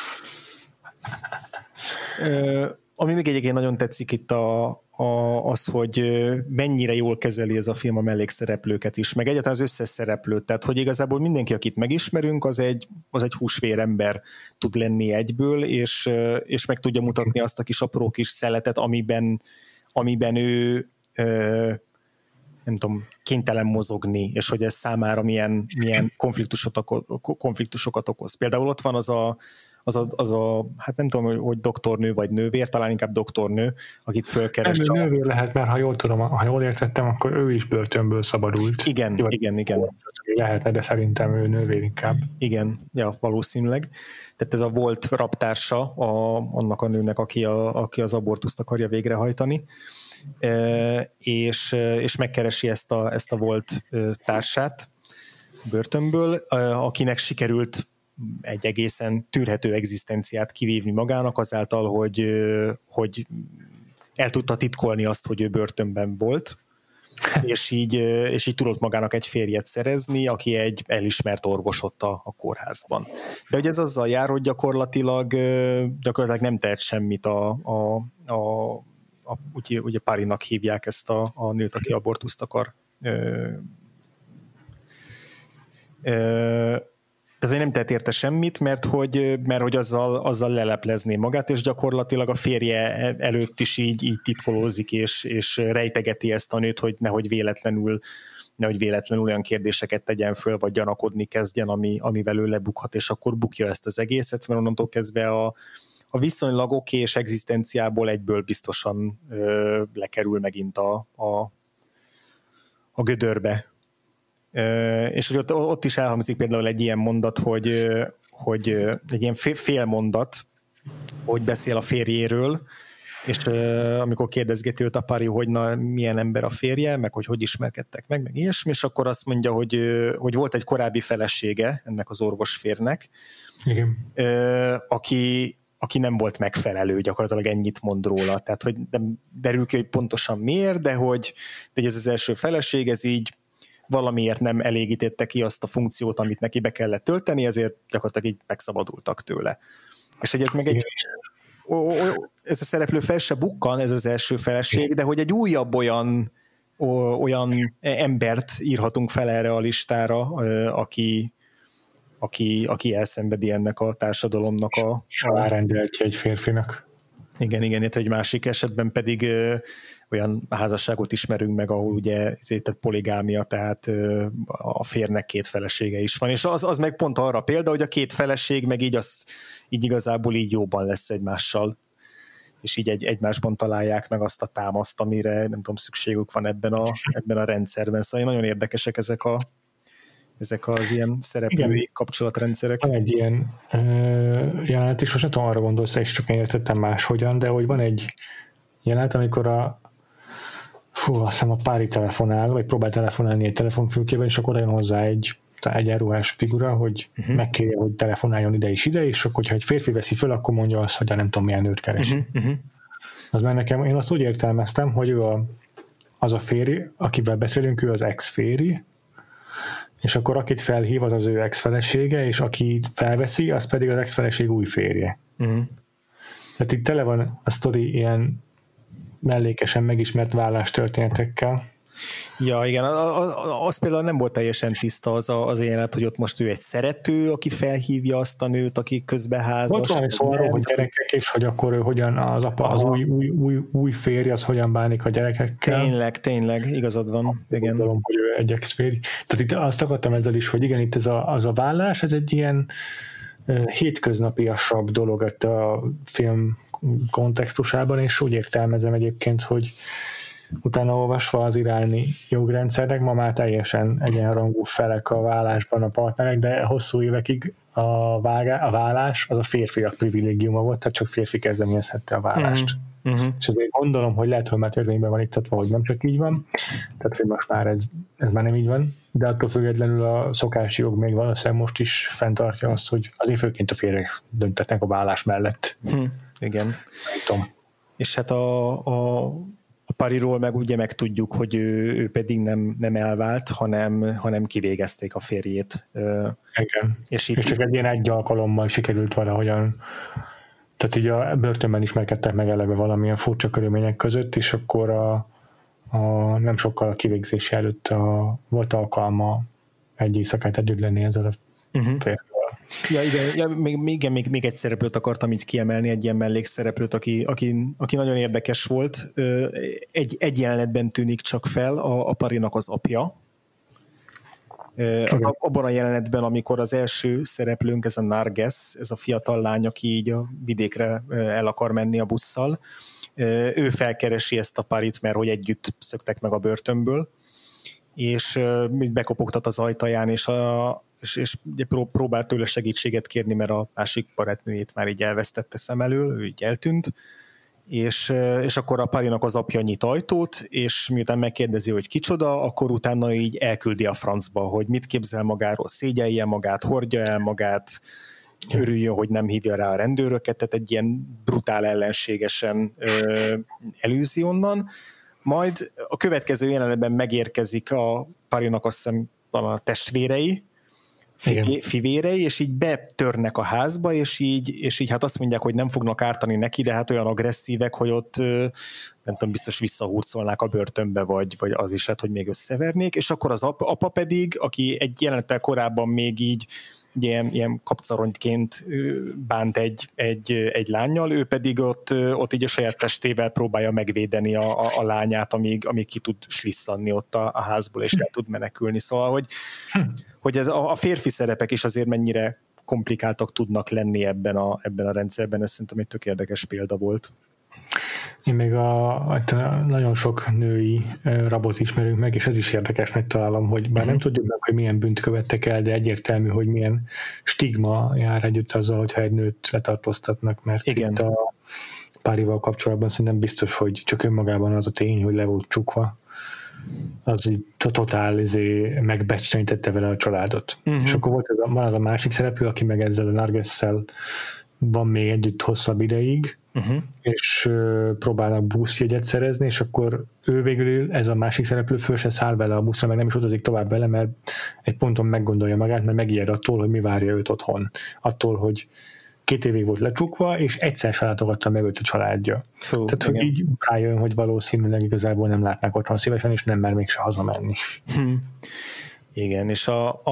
Ami még egyébként nagyon tetszik itt az, hogy mennyire jól kezeli ez a film a mellékszereplőket is, meg egyáltalán az összes szereplőt, tehát hogy igazából mindenki, akit megismerünk, az egy húsvér ember tud lenni egyből, és meg tudja mutatni azt a kis apró kis szeletet, amiben ő nem tudom, kénytelen mozogni, és hogy ez számára milyen konfliktusokat okoz. Például ott van az a hát nem tudom, hogy doktornő vagy nővér, talán inkább doktornő, akit fölkeres. Nővér lehet, mert ha jól értettem, akkor ő is börtönből szabadult. Igen. Lehetne, de szerintem ő nővér inkább. Igen, ja, valószínűleg. Tehát ez a volt raptársa annak a nőnek, aki az abortuszt akarja végrehajtani, és megkeresi ezt a volt társát börtönből, akinek sikerült egy egészen tűrhető egzisztenciát kivívni magának azáltal, hogy el tudta titkolni azt, hogy ő börtönben volt, és így tudott magának egy férjet szerezni, aki egy elismert orvos ott a kórházban. De hogy ez azzal jár, hogy gyakorlatilag nem tehet semmit ugye Párinak hívják ezt a nőt, aki abortuszt akar. Ezért nem tehet érte semmit, mert hogy azzal leleplezné magát, és gyakorlatilag a férje előtt is így titkolózik, és rejtegeti ezt a nőt, hogy nehogy véletlenül olyan kérdéseket tegyen föl, vagy gyanakodni kezdjen, amivel ő lebukhat, és akkor bukja ezt az egészet, mert onnantól kezdve a viszonylag oké és egzisztenciából egyből biztosan lekerül megint a gödörbe. És hogy ott is elhangzik például egy ilyen mondat, hogy egy ilyen félmondat, hogy beszél a férjéről, és amikor kérdezgeti őt a Pári, hogy milyen ember a férje, meg hogy ismerkedtek meg ilyesmi, és akkor azt mondja, hogy volt egy korábbi felesége ennek az orvosférnek, igen. Aki nem volt megfelelő, gyakorlatilag ennyit mond róla. Tehát, hogy nem derül ki, hogy pontosan miért, de hogy ez az első feleség, ez így valamiért nem elégítette ki azt a funkciót, amit neki be kellett tölteni, ezért gyakorlatilag így megszabadultak tőle. És hogy ez meg ez a szereplő fel se bukkan, ez az első feleség, de hogy egy újabb olyan embert írhatunk fel erre a listára, aki elszenvedi ennek a társadalomnak és alárendeltje egy férfinak. Igen, egy másik esetben pedig olyan házasságot ismerünk meg, ahol ugye tehát poligámia, tehát a férnek 2 felesége is van, és az meg pont arra példa, hogy a 2 feleség meg így igazából így jóban lesz egymással, és így egymásban találják meg azt a támaszt, amire nem tudom, szükségük van ebben a rendszerben. Szóval nagyon érdekesek ezek az ilyen szereplői kapcsolatrendszerek. Van egy ilyen jelenet is, most nem tudom, arra gondolsz, és csak én értettem máshogyan, de hogy van egy jelenet, amikor azt hiszem a Pári telefonál, vagy próbál telefonálni egy telefonfülkében, és akkor jön hozzá egy egyenruhás figura, hogy megkérje, hogy telefonáljon ide és ide, és akkor, hogyha egy férfi veszi föl, akkor mondja azt, hogy nem tudom, milyen nőt keres. Az már nekem, én azt úgy értelmeztem, hogy ő az a férj, akivel beszélünk, ő az ex-férj, és akkor akit felhív, az ő ex-felesége, és aki felveszi, az pedig az ex-feleség új férje. Tehát itt tele van a sztori ilyen mellékesen megismert vállástörténetekkel. Ja, igen, az például nem volt teljesen tiszta az jelenet, hogy ott most ő egy szerető, aki felhívja azt a nőt, aki közbeházas. Volt valami szó arról, hogy gyerekek, és hogy akkor ő hogyan az apa, az új férj, az hogyan bánik a gyerekekkel. Tényleg, igazad van. Igen. Gondolom, hogy ő egy ex-férj. Tehát itt azt akartam ezzel is, hogy igen, itt az a vállás, ez egy ilyen hétköznapiasabb dolog itt a film kontextusában, és úgy értelmezem egyébként, hogy utána olvasva az iráni jogrendszernek, ma már teljesen egyenrangú felek a vállásban a partnerek, de hosszú évekig a vállás az a férfiak privilégiuma volt, tehát csak férfi kezdeményezhette a vállást. És azért gondolom, hogy lehet, hogy már törvényben van iktatva, hogy nem csak így van, tehát hogy most már ez már nem így van, de attól függetlenül a szokási jog még valószínűleg most is fenntartja azt, hogy azért főként a férjek döntetnek a vállás mellett. Igen. Nem tudom. És hát a Pariról meg ugye megtudjuk, hogy ő pedig nem elvált, hanem kivégezték a férjét. Igen. És csak egy ilyen egy alkalommal sikerült valahogyan, tehát így a börtönben ismerkedtek meg eleve valamilyen furcsa körülmények között, és akkor nem sokkal a kivégzés előtt volt alkalma egy éjszakát együtt lenni ezzel a férfival. Ja, igen, még egy szereplőt akartam itt kiemelni, egy ilyen mellékszereplőt, aki nagyon érdekes volt. Egy jelenetben tűnik csak fel, a Parinak az apja. Abban a jelenetben, amikor az első szereplőnk, ez a Narges, ez a fiatal lány, aki így a vidékre el akar menni a busszal, ő felkeresi ezt a Parit, mert hogy együtt szöktek meg a börtönből, és bekopogtat az ajtaján, és ugye próbál tőle segítséget kérni, mert a másik barátnőjét már így elvesztette szem elől, ő így eltűnt, és akkor a Parinak az apja nyit ajtót, és miután megkérdezi, hogy kicsoda, akkor utána így elküldi a francba, hogy mit képzel magáról, szégyelje magát, hordja el magát, örüljön, hogy nem hívja rá a rendőröket, tehát egy ilyen brutál ellenségesen elűzi onnan. Majd a következő jelenetben megérkezik a Parinak azt hiszem a testvérei, fivérei, és így betörnek a házba, és így hát azt mondják, hogy nem fognak ártani neki, de hát olyan agresszívek, hogy ott nem tudom, biztos visszahurcolnák a börtönbe, vagy az is hát, hogy még összevernék, és akkor az apa pedig, aki egy jelenettel korábban még így ilyen kapcaronyként bánt egy lánnyal, ő pedig ott így a saját testével próbálja megvédeni a lányát, amíg ki tud slisszanni ott a házból, és el tud menekülni. Szóval, hogy ez a férfi szerepek is azért mennyire komplikáltak tudnak lenni ebben a rendszerben, ez szerintem egy tök érdekes példa volt. Én még nagyon sok női rabot ismerünk meg, és ez is érdekesnek találom, hogy bár nem tudjuk meg, hogy milyen bűnt követtek el, de egyértelmű, hogy milyen stigma jár együtt azzal, hogyha egy nőt letartóztatnak, mert igen. Itt a Parival kapcsolatban szerintem biztos, hogy csak önmagában az a tény, hogy le volt csukva, az így totál megbecslenítette vele a családot. És akkor van az a másik szereplő, aki meg ezzel a Nargesszel van még együtt hosszabb ideig, és próbálnak buszjegyet szerezni, és akkor ő végül, ez a másik szereplő föl se száll vele a buszra, meg nem is utazik tovább vele, mert egy ponton meggondolja magát, mert megijed attól, hogy mi várja őt otthon. Attól, hogy 2 évig volt lecsukva, és egyszer se látogatta meg őt a családja. Tehát, hogy így rájön, hogy valószínűleg igazából nem látnák otthon szívesen, és nem mer mégse hazamenni. Igen, és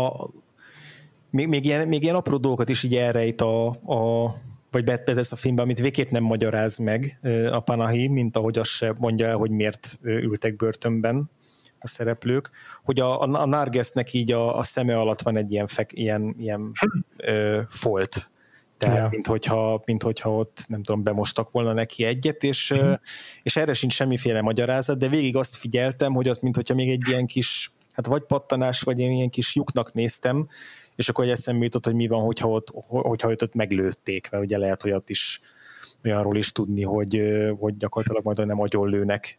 még ilyen apró dolgokat is így elrejt vagy betesz a filmben, amit végképp nem magyaráz meg a Panahi, mint ahogy azt se mondja el, hogy miért ültek börtönben a szereplők, hogy a Nargesnek így a szeme alatt van egy ilyen folt. Tehát, minthogyha ott, nem tudom, bemostak volna neki egyet, és erre sincs semmiféle magyarázat, de végig azt figyeltem, hogy ott, minthogyha még egy ilyen kis, hát vagy pattanás, vagy ilyen kis lyuknak néztem, és akkor eszembe jutott, hogy mi van, hogyha őt meglőtték, mert ugye lehet, hogy ott is olyanról is tudni, hogy gyakorlatilag majd nem agyonlőnek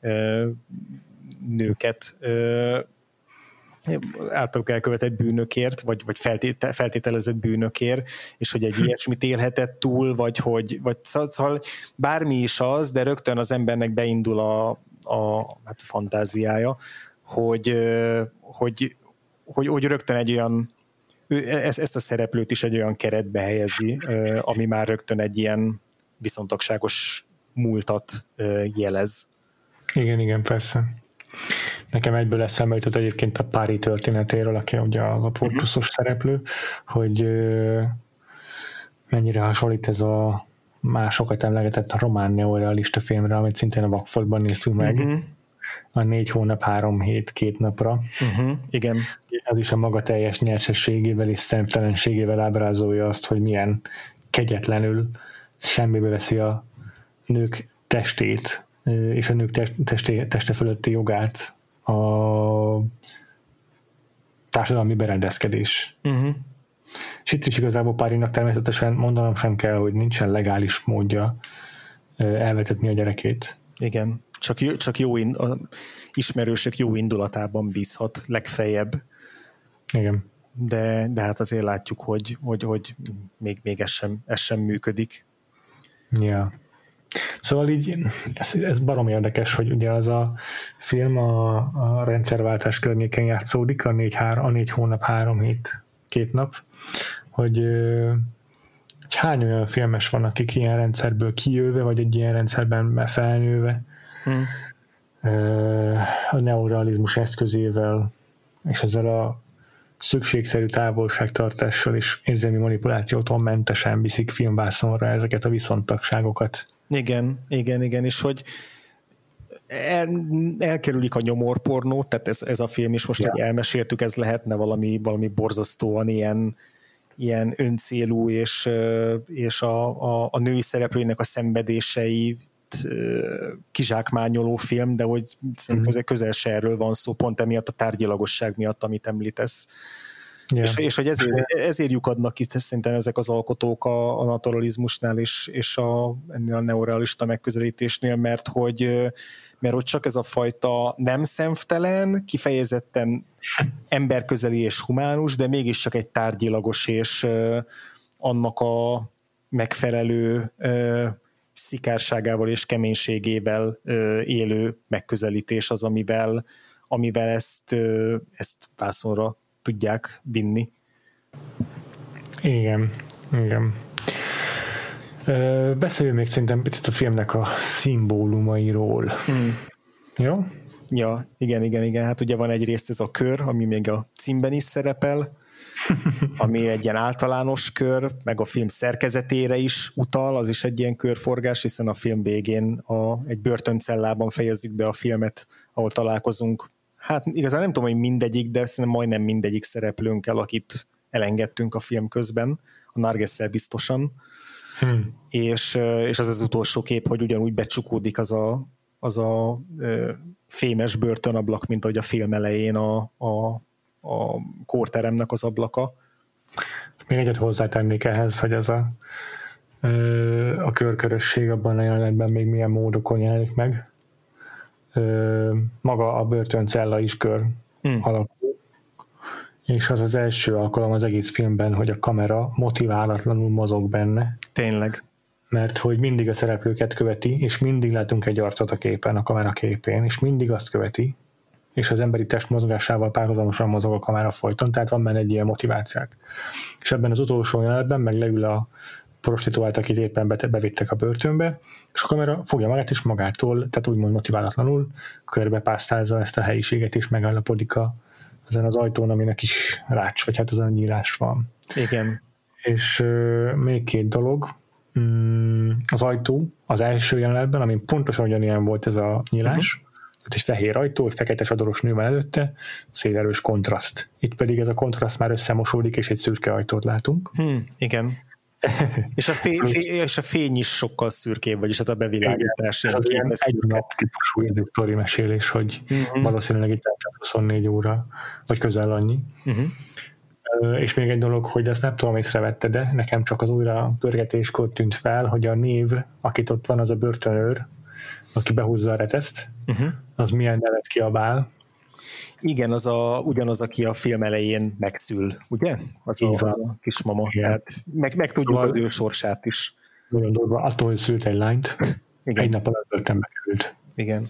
nőket általuk elkövetett bűnökért, vagy feltételezett bűnökért, és hogy egy ilyesmit élhetett túl, vagy szóval bármi is az, de rögtön az embernek beindul a fantáziája, hogy rögtön egy olyan ezt a szereplőt is egy olyan keretbe helyezi, ami már rögtön egy ilyen viszontagságos múltat jelez. Igen, persze. Nekem egyből eszembe jutott egyébként a Pari történetéről, aki ugye a Portusos szereplő, hogy mennyire hasonlít ez a másokat emlegetett a román neorealista filmre, amit szintén a Vakfoltban néztünk meg. A 4 hónap, 3 hét, 2 napra. Igen. Az is a maga teljes nyersességével és szemtelenségével ábrázolja azt, hogy milyen kegyetlenül semmibe veszi a nők testét, és a nők teste fölötti jogát a társadalmi berendezkedés. És itt is igazából Párinak természetesen mondanom sem kell, hogy nincsen legális módja elvetetni a gyerekét. Igen, csak ismerősök jó indulatában bízhat legfeljebb. Igen. De hát azért látjuk, hogy még ez sem működik. Ja. Szóval így ez barom érdekes, hogy ugye az a film a rendszerváltás környéken játszódik, a 4 hónap, 3 hét, 2 nap, hogy hány olyan filmes van, akik ilyen rendszerből kijöve, vagy egy ilyen rendszerben felnőve, a neorealizmus eszközével, és ezzel a szükségszerű távolságtartással és érzelmi manipulációtól mentesen viszik filmvászonra ezeket a viszontagságokat. Igen, és hogy elkerülik a nyomorpornót, tehát ez a film is most, hogy elmeséltük, ez lehetne valami borzasztóan ilyen öncélú, és a női szereplőinek a szenvedései kizsákmányoló film, de hogy közel se erről van szó, pont emiatt a tárgyilagosság miatt, amit említesz. Yeah. És hogy ezért lyukadnak itt szerintem ezek az alkotók a naturalizmusnál és ennél a neorealista megközelítésnél, mert hogy csak ez a fajta nem szemtelen, kifejezetten emberközeli és humánus, de mégiscsak egy tárgyilagos és annak a megfelelő szikárságával és keménységével élő megközelítés az, amivel ezt vászonra tudják vinni. Igen. Beszéljünk még szerintem picit a filmnek a szimbólumairól. Jó? Ja, igen. Hát ugye van egyrészt ez a kör, ami még a címben is szerepel, ami egy ilyen általános kör, meg a film szerkezetére is utal, az is egy ilyen körforgás, hiszen a film végén egy börtöncellában fejezzük be a filmet, ahol találkozunk. Hát igazán nem tudom, hogy mindegyik, de szerintem majdnem mindegyik szereplőnkkel, akit elengedtünk a film közben, a Nargesszel biztosan. És az utolsó kép, hogy ugyanúgy becsukódik az a fémes börtönablak, mint ahogy a film elején a kórteremnek az ablaka. Még egyet hozzátennék ehhez, hogy ez a körkörösség abban a jelenetben még milyen módokon jelenik meg. Maga a börtöncella is kör alakú, és az első alkalom az egész filmben, hogy a kamera motiválatlanul mozog benne. Tényleg. Mert hogy mindig a szereplőket követi, és mindig látunk egy arcot a képen, a kamera képén, és mindig azt követi, és az emberi test mozgásával párhuzamosan mozog a kamera folyton, tehát van benne egy ilyen motivációk. És ebben az utolsó jelenetben meg leül a prostituált, akit éppen bevittek a börtönbe, és a kamera fogja magát és magától, tehát úgymond motiválatlanul körbepásztázza ezt a helyiséget, és megállapodik ezen az ajtón, aminek is rács, vagy hát ezen a nyílás van. Igen. És még 2 dolog. Az ajtó az első jelenetben, amin pontosan ugyanilyen volt ez a nyílás, egy fehér ajtó, egy fekete sadoros nő van előtte, szélerős kontraszt. Itt pedig ez a kontraszt már összemosódik, és egy szürke ajtót látunk. Igen. és a fény is sokkal szürkébb, vagyis hát a bevilágítás. Ez az ilyen egy nap típusú sztori mesélés, hogy valószínűleg itt 24 óra, vagy közel annyi. És még egy dolog, hogy ezt nem tudom, észrevette, de nekem csak az újra pörgetéskor tűnt fel, hogy a név, akit ott van, az a börtönőr, aki behúzza a reteszt, az milyen nevet kiabál. Igen, ugyanaz, aki a film elején megszül, ugye? Az a kismama. Hát meg tudjuk az ő sorsát is. Nagyon durva, attól, hogy szült egy lányt, egy nap alatt börtönbe került. Igen.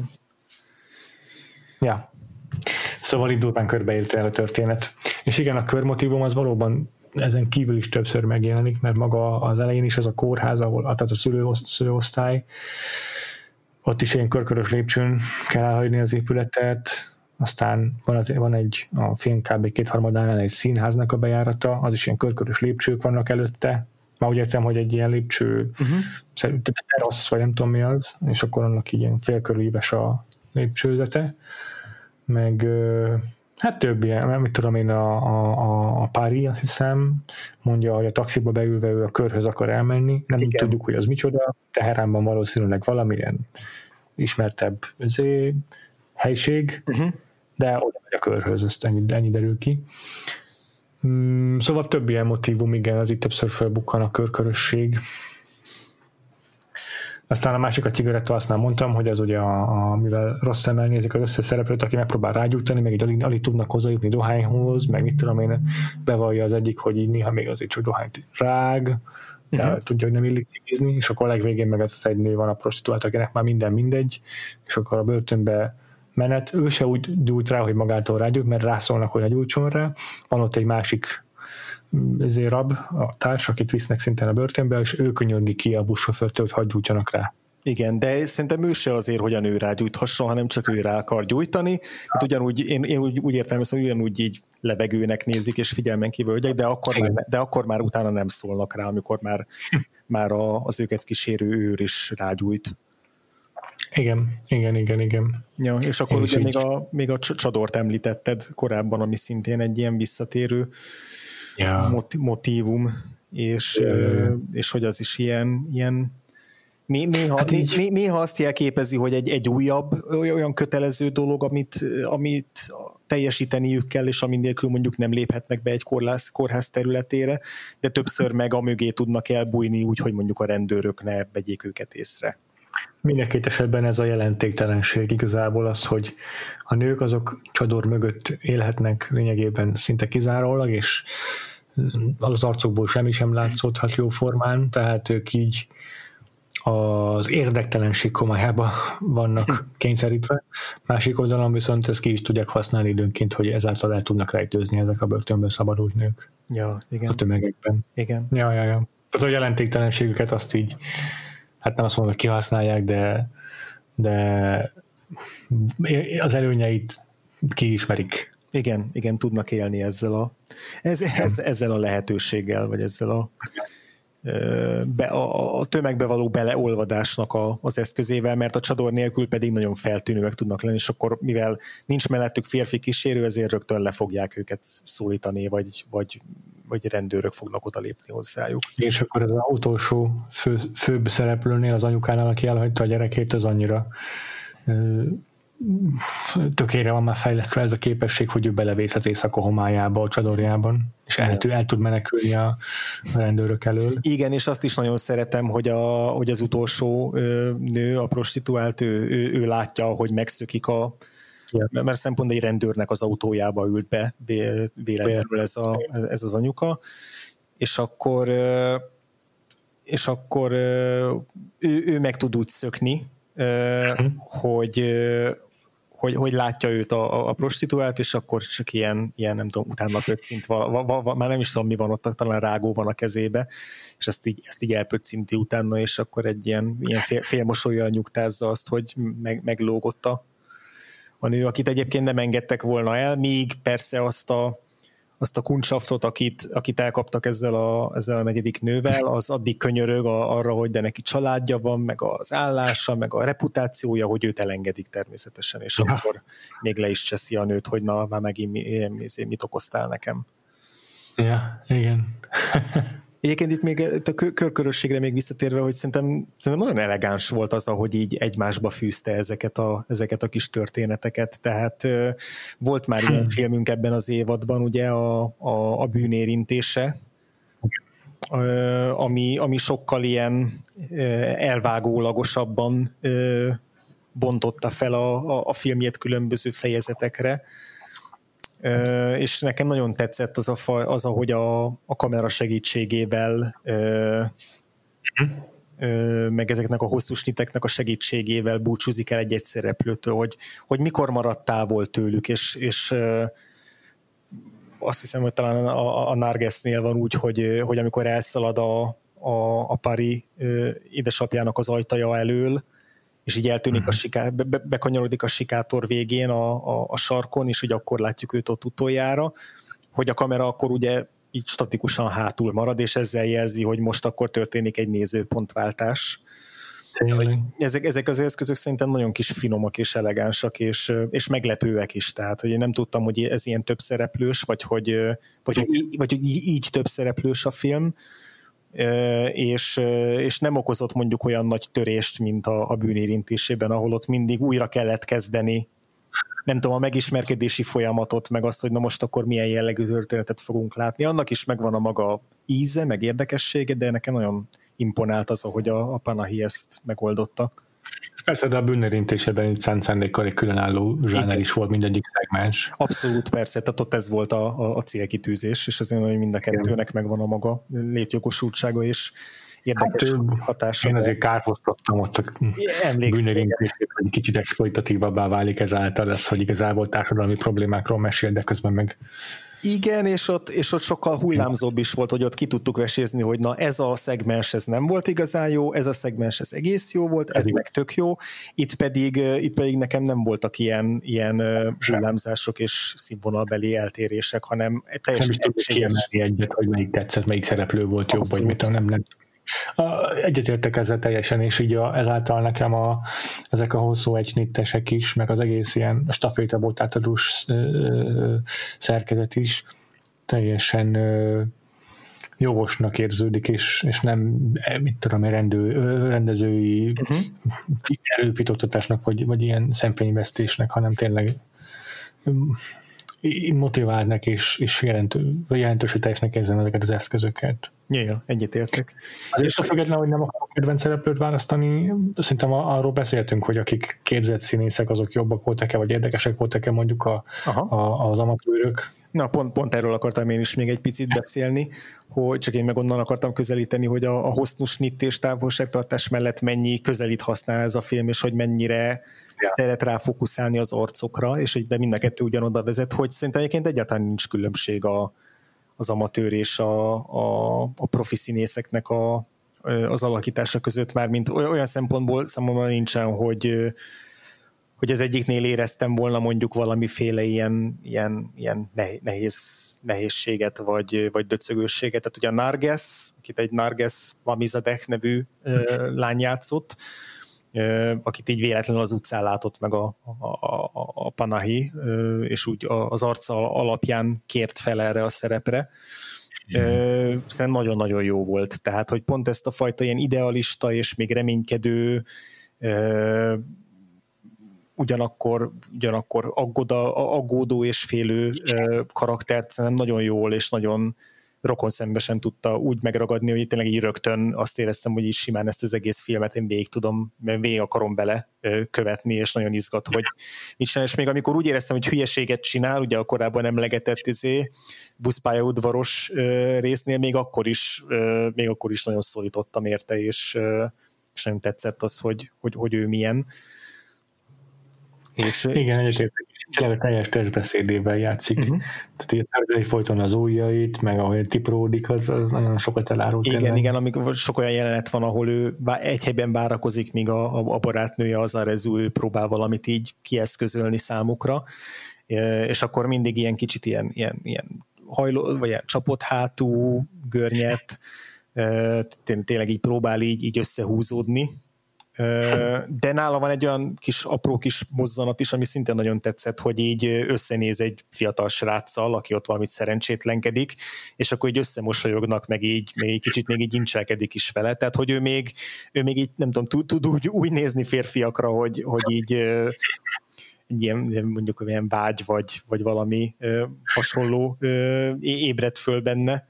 Ja. Szóval itt durván körbeélt el a történet. És igen, a körmotívum az valóban ezen kívül is többször megjelenik, mert maga az elején is az a kórház, tehát a szülőosztály, ott is ilyen körkörös lépcsőn kell elhagyni az épületet, aztán van a film kb. 2/3-ánál egy színháznak a bejárata, az is ilyen körkörös lépcsők vannak előtte, már úgy értem, hogy egy ilyen lépcső, terasz, vagy nem tudom mi az, és akkor annak így ilyen félkörüléves a lépcsőzete, meg hát több ilyen, mit tudom én, a Pári, azt hiszem, mondja, hogy a taxiba beülve ő a körhöz akar elmenni, nem tudjuk, hogy az micsoda, Teheránban valószínűleg valamilyen ismertebb helység, de oda megy a körhöz, ezt ennyi derül ki. Szóval több ilyen motívum, igen, az itt többször felbukkan a körkörösség. Aztán a másik a cigaretta, azt már mondtam, hogy az ugye, mivel rossz szemmel nézik az összes szereplőt, aki megpróbál rágyújtani, meg így alig tudnak hozzájutni dohányhoz, meg mit tudom én, bevallja az egyik, hogy így néha még azért csak dohányt rág, de tudja, hogy nem illik cigizni, és akkor a legvégén meg az egy nő van, a prostituált, akinek már minden mindegy, és akkor a börtönbe menet, ő se úgy gyújt rá, hogy magától rágyújt, mert rászólnak, hogy ne gyújtson rá. Van ott egy másik rab, a társ, akit visznek szintén a börtönbe, és ő könyörgi ki a buszsofőrtől, hogy hadd gyújtsanak rá. Igen, de szerintem ő se azért, hogy a nő rágyújthasson, hanem csak ő rá akar gyújtani. Hát ugyanúgy, én úgy értelmezem, hogy ugyanúgy így lebegőnek nézik, és figyelmen kívül hölgyek, de akkor már utána nem szólnak rá, amikor már az őket kísérő őr is rágyújt. Igen. Ja, és akkor ugye még a csadort említetted korábban, ami szintén egy ilyen visszatérő motívum, és hogy az is ilyen néha azt jelképezi, hogy egy újabb olyan kötelező dolog, amit teljesíteniük kell, és amin nélkül mondjuk nem léphetnek be egy kórház területére, de többször meg amögé tudnak elbújni, úgyhogy mondjuk a rendőrök ne vegyék őket észre. Minden két esetben ez a jelentéktelenség igazából az, hogy a nők azok csador mögött élhetnek lényegében szinte kizárólag, és az arcokból semmi sem látszódhat jó formán, tehát ők így az érdektelenség komályába vannak kényszerítve. Másik oldalon viszont ezt ki is tudják használni időnként, hogy ezáltal el tudnak rejtőzni ezek a börtönből szabadult nők. Ja, igen. A tömegekben. Igen. Ja. Tehát a jelentéktelenségüket azt így, hát nem azt mondom, hogy kihasználják, de az előnyeit kiismerik. Igen, tudnak élni ezzel a lehetőséggel, vagy ezzel a tömegbe való beleolvadásnak az eszközével, mert a csador nélkül pedig nagyon feltűnőek tudnak lenni, és akkor mivel nincs mellettük férfi kísérő, ezért rögtön le fogják őket szólítani, vagy rendőrök fognak oda lépni hozzájuk. És akkor ez az utolsó főbb szereplőnél, az anyukánál, aki elhagyta a gyerekét, az annyira tökére van már fejlesztve ez a képesség, hogy ő belevész az éjszaka homályába, a csadorjában, és el tud menekülni a rendőrök elől. Igen, és azt is nagyon szeretem, hogy az utolsó nő, a prostituált, ő látja, hogy megszökik mert szempont egy rendőrnek az autójába ült be véletlenül ez az anyuka, és akkor ő meg tud úgy szökni, hogy látja őt a prostituált, és akkor csak ilyen nem tudom, utána pöccint, már nem is tudom, mi van ott, talán rágó van a kezébe, és ezt így elpöccinti utána, és akkor egy ilyen félmosollyal nyugtázza azt, hogy meglógott a nő, akit egyébként nem engedtek volna el, míg persze azt a kuncsaftot, akit elkaptak ezzel a negyedik nővel, az addig könyörög arra, hogy de neki családja van, meg az állása, meg a reputációja, hogy őt elengedik természetesen, és akkor még le is cseszi a nőt, hogy na, már megint mit okoztál nekem. Ja, igen. Egyébként itt még a körkörösségre még visszatérve, hogy szerintem nagyon elegáns volt az, ahogy így egymásba fűzte ezeket a kis történeteket, tehát volt már ilyen filmünk ebben az évadban, ugye a bűnérintése, ami sokkal ilyen elvágólagosabban bontotta fel a filmjét különböző fejezetekre, és nekem nagyon tetszett az ahogy a kamera segítségével meg ezeknek a hosszú sniteknek a segítségével búcsúzik el egy szereplőtől, hogy mikor maradt távol tőlük, és azt hiszem, hogy talán a Nargesnél van úgy, hogy amikor elszalad a Pari édesapjának az ajtaja elől, és így eltűnik bekanyarodik a sikátor végén a sarkon, és hogy akkor látjuk őt ott utoljára, hogy a kamera akkor ugye így statikusan hátul marad, és ezzel jelzi, hogy most akkor történik egy nézőpontváltás. Ezek az eszközök szerintem nagyon kis finomak és elegánsak, és meglepőek is, tehát hogy én nem tudtam, hogy ez ilyen többszereplős, vagy hogy így többszereplős a film, és nem okozott mondjuk olyan nagy törést, mint a bűnérintésében, ahol ott mindig újra kellett kezdeni nem tudom, a megismerkedési folyamatot, meg azt, hogy na most akkor milyen jellegű történetet fogunk látni. Annak is megvan a maga íze, meg érdekessége, de nekem nagyon imponált az, ahogy a Panahi ezt megoldotta. Persze, de a bűnérintésében itt szándékkal egy különálló zsáner is volt mindegyik szegmens. Abszolút, persze, tehát ott ez volt a célkitűzés, és azért, hogy mind a kettőnek megvan a maga létjogosultsága, és érdekes hatása. Én azért kárhoztattam ott a bűnérintését, hogy kicsit exploitatívabbá válik ezáltal ez, hogy igazából társadalmi problémákról mesél, de közben meg... Igen, és ott sokkal hullámzóbb is volt, hogy ott ki tudtuk vesézni, hogy na ez a szegmens ez nem volt igazán jó, ez a szegmens ez egész jó volt, ez meg tök jó, itt pedig nekem nem voltak ilyen hullámzások és színvonalbeli eltérések, hanem teljesen nem is tudjuk kiemelni egyet, hogy melyik tetszett, melyik szereplő volt jobb, vagy mit nem. Egyetértek ezzel teljesen, és így ezáltal nekem ezek a hosszú egysnittesek is, meg az egész ilyen stafétabot átadós szerkezet is teljesen jogosnak érződik, és nem, mit tudom, rendezői erőfitoktatásnak, vagy ilyen szemfényvesztésnek, hanem tényleg motiválnak és jelentősítésnek érzem ezeket az eszközöket. Ja, egyetértek. És függetlenül, hogy nem akarok kedvenc szereplőt választani, szerintem arról beszéltünk, hogy akik képzett színészek, azok jobbak voltak-e, vagy érdekesek voltak-e mondjuk az amatőrök. Na, pont erről akartam én is még egy picit beszélni, hogy csak én meg onnan akartam közelíteni, hogy a hosszú snitt és távolságtartás mellett mennyi közelít használ ez a film, és hogy mennyire szeret rá fókuszálni az arcokra, és de mind a kettő ugyanoda vezet, hogy szerintem egyébként egyáltalán nincs különbség az amatőr és a profi színészeknek az alakítása között, már mint olyan szempontból számomra nincsen, hogy az egyiknél éreztem volna mondjuk valamiféle ilyen nehézséget, vagy döcögősséget. Tehát ugye a Narges, akit egy Narges Mamizadeh nevű lány játszott, akit így véletlenül az utcán látott meg a Panahi, és úgy az arca alapján kért fel erre a szerepre. Szerintem nagyon-nagyon jó volt. Tehát, hogy pont ezt a fajta ilyen idealista és még reménykedő, ugyanakkor aggódó és félő karaktert szerintem nagyon jól és nagyon rokonszembesen tudta úgy megragadni, hogy tényleg így rögtön azt éreztem, hogy így simán ezt az egész filmet én végig akarom bele követni, és nagyon izgat, hogy mit csinál. És még amikor úgy éreztem, hogy hülyeséget csinál, ugye a korábban emlegetett buszpályaudvaros résznél, még akkor is nagyon szólítottam érte, és nagyon tetszett az, hogy ő milyen. Igen, egyébként tényleg teljes testbeszédével játszik. Tehát így folyton az ujjait, meg ahogy tipródik, az nagyon sokat elárult. Igen, amikor sok olyan jelenet van, ahol ő egy helyben várakozik, míg a barátnője az ő próbál valamit így kieszközölni számukra, és akkor mindig ilyen kicsit ilyen hajló, vagy ilyen csapott hátú, görnyet, tényleg így próbál így összehúzódni. De nála van egy olyan apró kis mozzanat is, ami szintén nagyon tetszett, hogy így összenéz egy fiatal sráccal, aki ott valamit szerencsétlenkedik, és akkor így összemosolyognak, meg így kicsit még így incselkedik is vele, tehát hogy ő még így nem tudom, tud úgy nézni férfiakra, hogy így egy ilyen, mondjuk olyan vágy, vagy valami hasonló ébredt föl benne.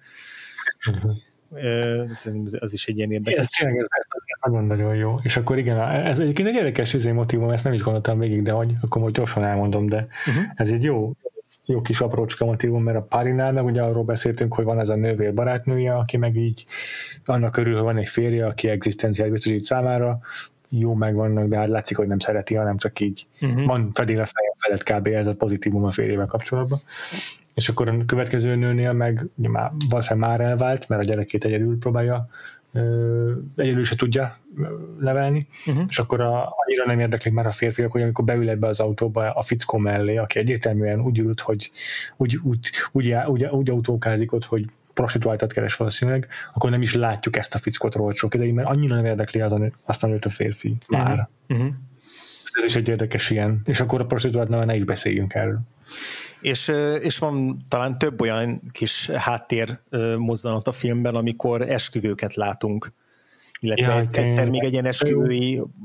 Az is egy ilyen érdekes. Ez nagyon-nagyon jó. És akkor igen, ez egyébként egy érdekes motívum, ezt nem is gondoltam végig, de akkor most gyorsan elmondom, de ez egy jó kis aprócska motívum, mert a Parinának ugye arról beszéltünk, hogy van ez a nővér barátnője, aki meg így annak örül, hogy van egy férje, aki egzisztenciát biztosít számára, jó megvannak, de hát látszik, hogy nem szereti, hanem csak így van fedél a fejem felett kb. Ez a pozitívum a férjével kapcsolatban. És akkor a következő nőnél meg ugye valószínűleg már elvált, mert a gyerekét egyedül próbálja, egyedül se tudja nevelni, és akkor annyira nem érdeklik már a férfiak, hogy amikor beül ebbe az autóba a fickó mellé, aki egyértelműen úgy ült, hogy úgy autókázik ott, hogy prostituáltat keres valószínűleg, akkor nem is látjuk ezt a fickót róla sok ideig, mert annyira nem érdekli azt a nőt a férfi már. Ez is egy érdekes ilyen. És akkor a prostituáltnál ne is beszéljünk erről. És van talán több olyan kis háttér mozzanat a filmben, amikor esküvőket látunk. Illetve egyszer még egy ilyen esküvői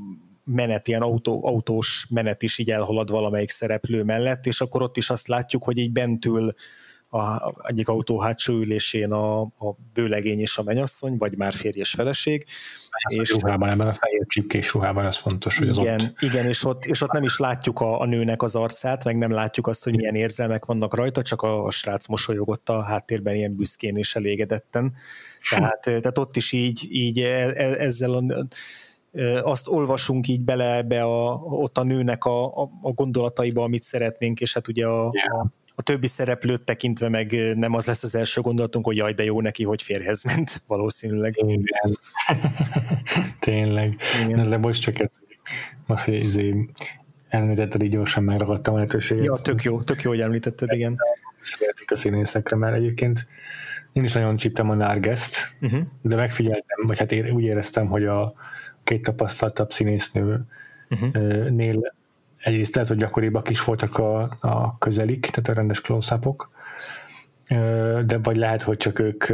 menet, ilyen autós menet is így elhalad valamelyik szereplő mellett, és akkor ott is azt látjuk, hogy így bentül egyik autó hátsó ülésén a vőlegény és a mennyasszony, vagy már férj és feleség. És ruhában, ebben a fehér csipkés ruhában az fontos, hogy az igen, és ott nem is látjuk a nőnek az arcát, meg nem látjuk azt, hogy milyen érzelmek vannak rajta, csak a srác mosolyogott a háttérben ilyen büszkén és elégedetten. Tehát ott is így ezzel azt olvasunk így bele ebbe ott a nőnek a gondolataiba, amit szeretnénk, és hát ugye a többi szereplőt tekintve meg nem az lesz az első gondolatunk, hogy jaj, de jó neki, hogy férjhez ment, valószínűleg. Igen. Tényleg. Igen. De most csak ez említetted, így gyorsan megragadtam a lehetőséget. Ja, tök jó, hogy említetted, igen. Szeretik a színészekre, mert egyébként én is nagyon csíptem a Nargest, de megfigyeltem, vagy hát én úgy éreztem, hogy a két tapasztaltabb színésznőnél egyrészt lehet, hogy gyakoribbak is voltak a közelik, tehát a rendes close-upok, de vagy lehet, hogy csak ők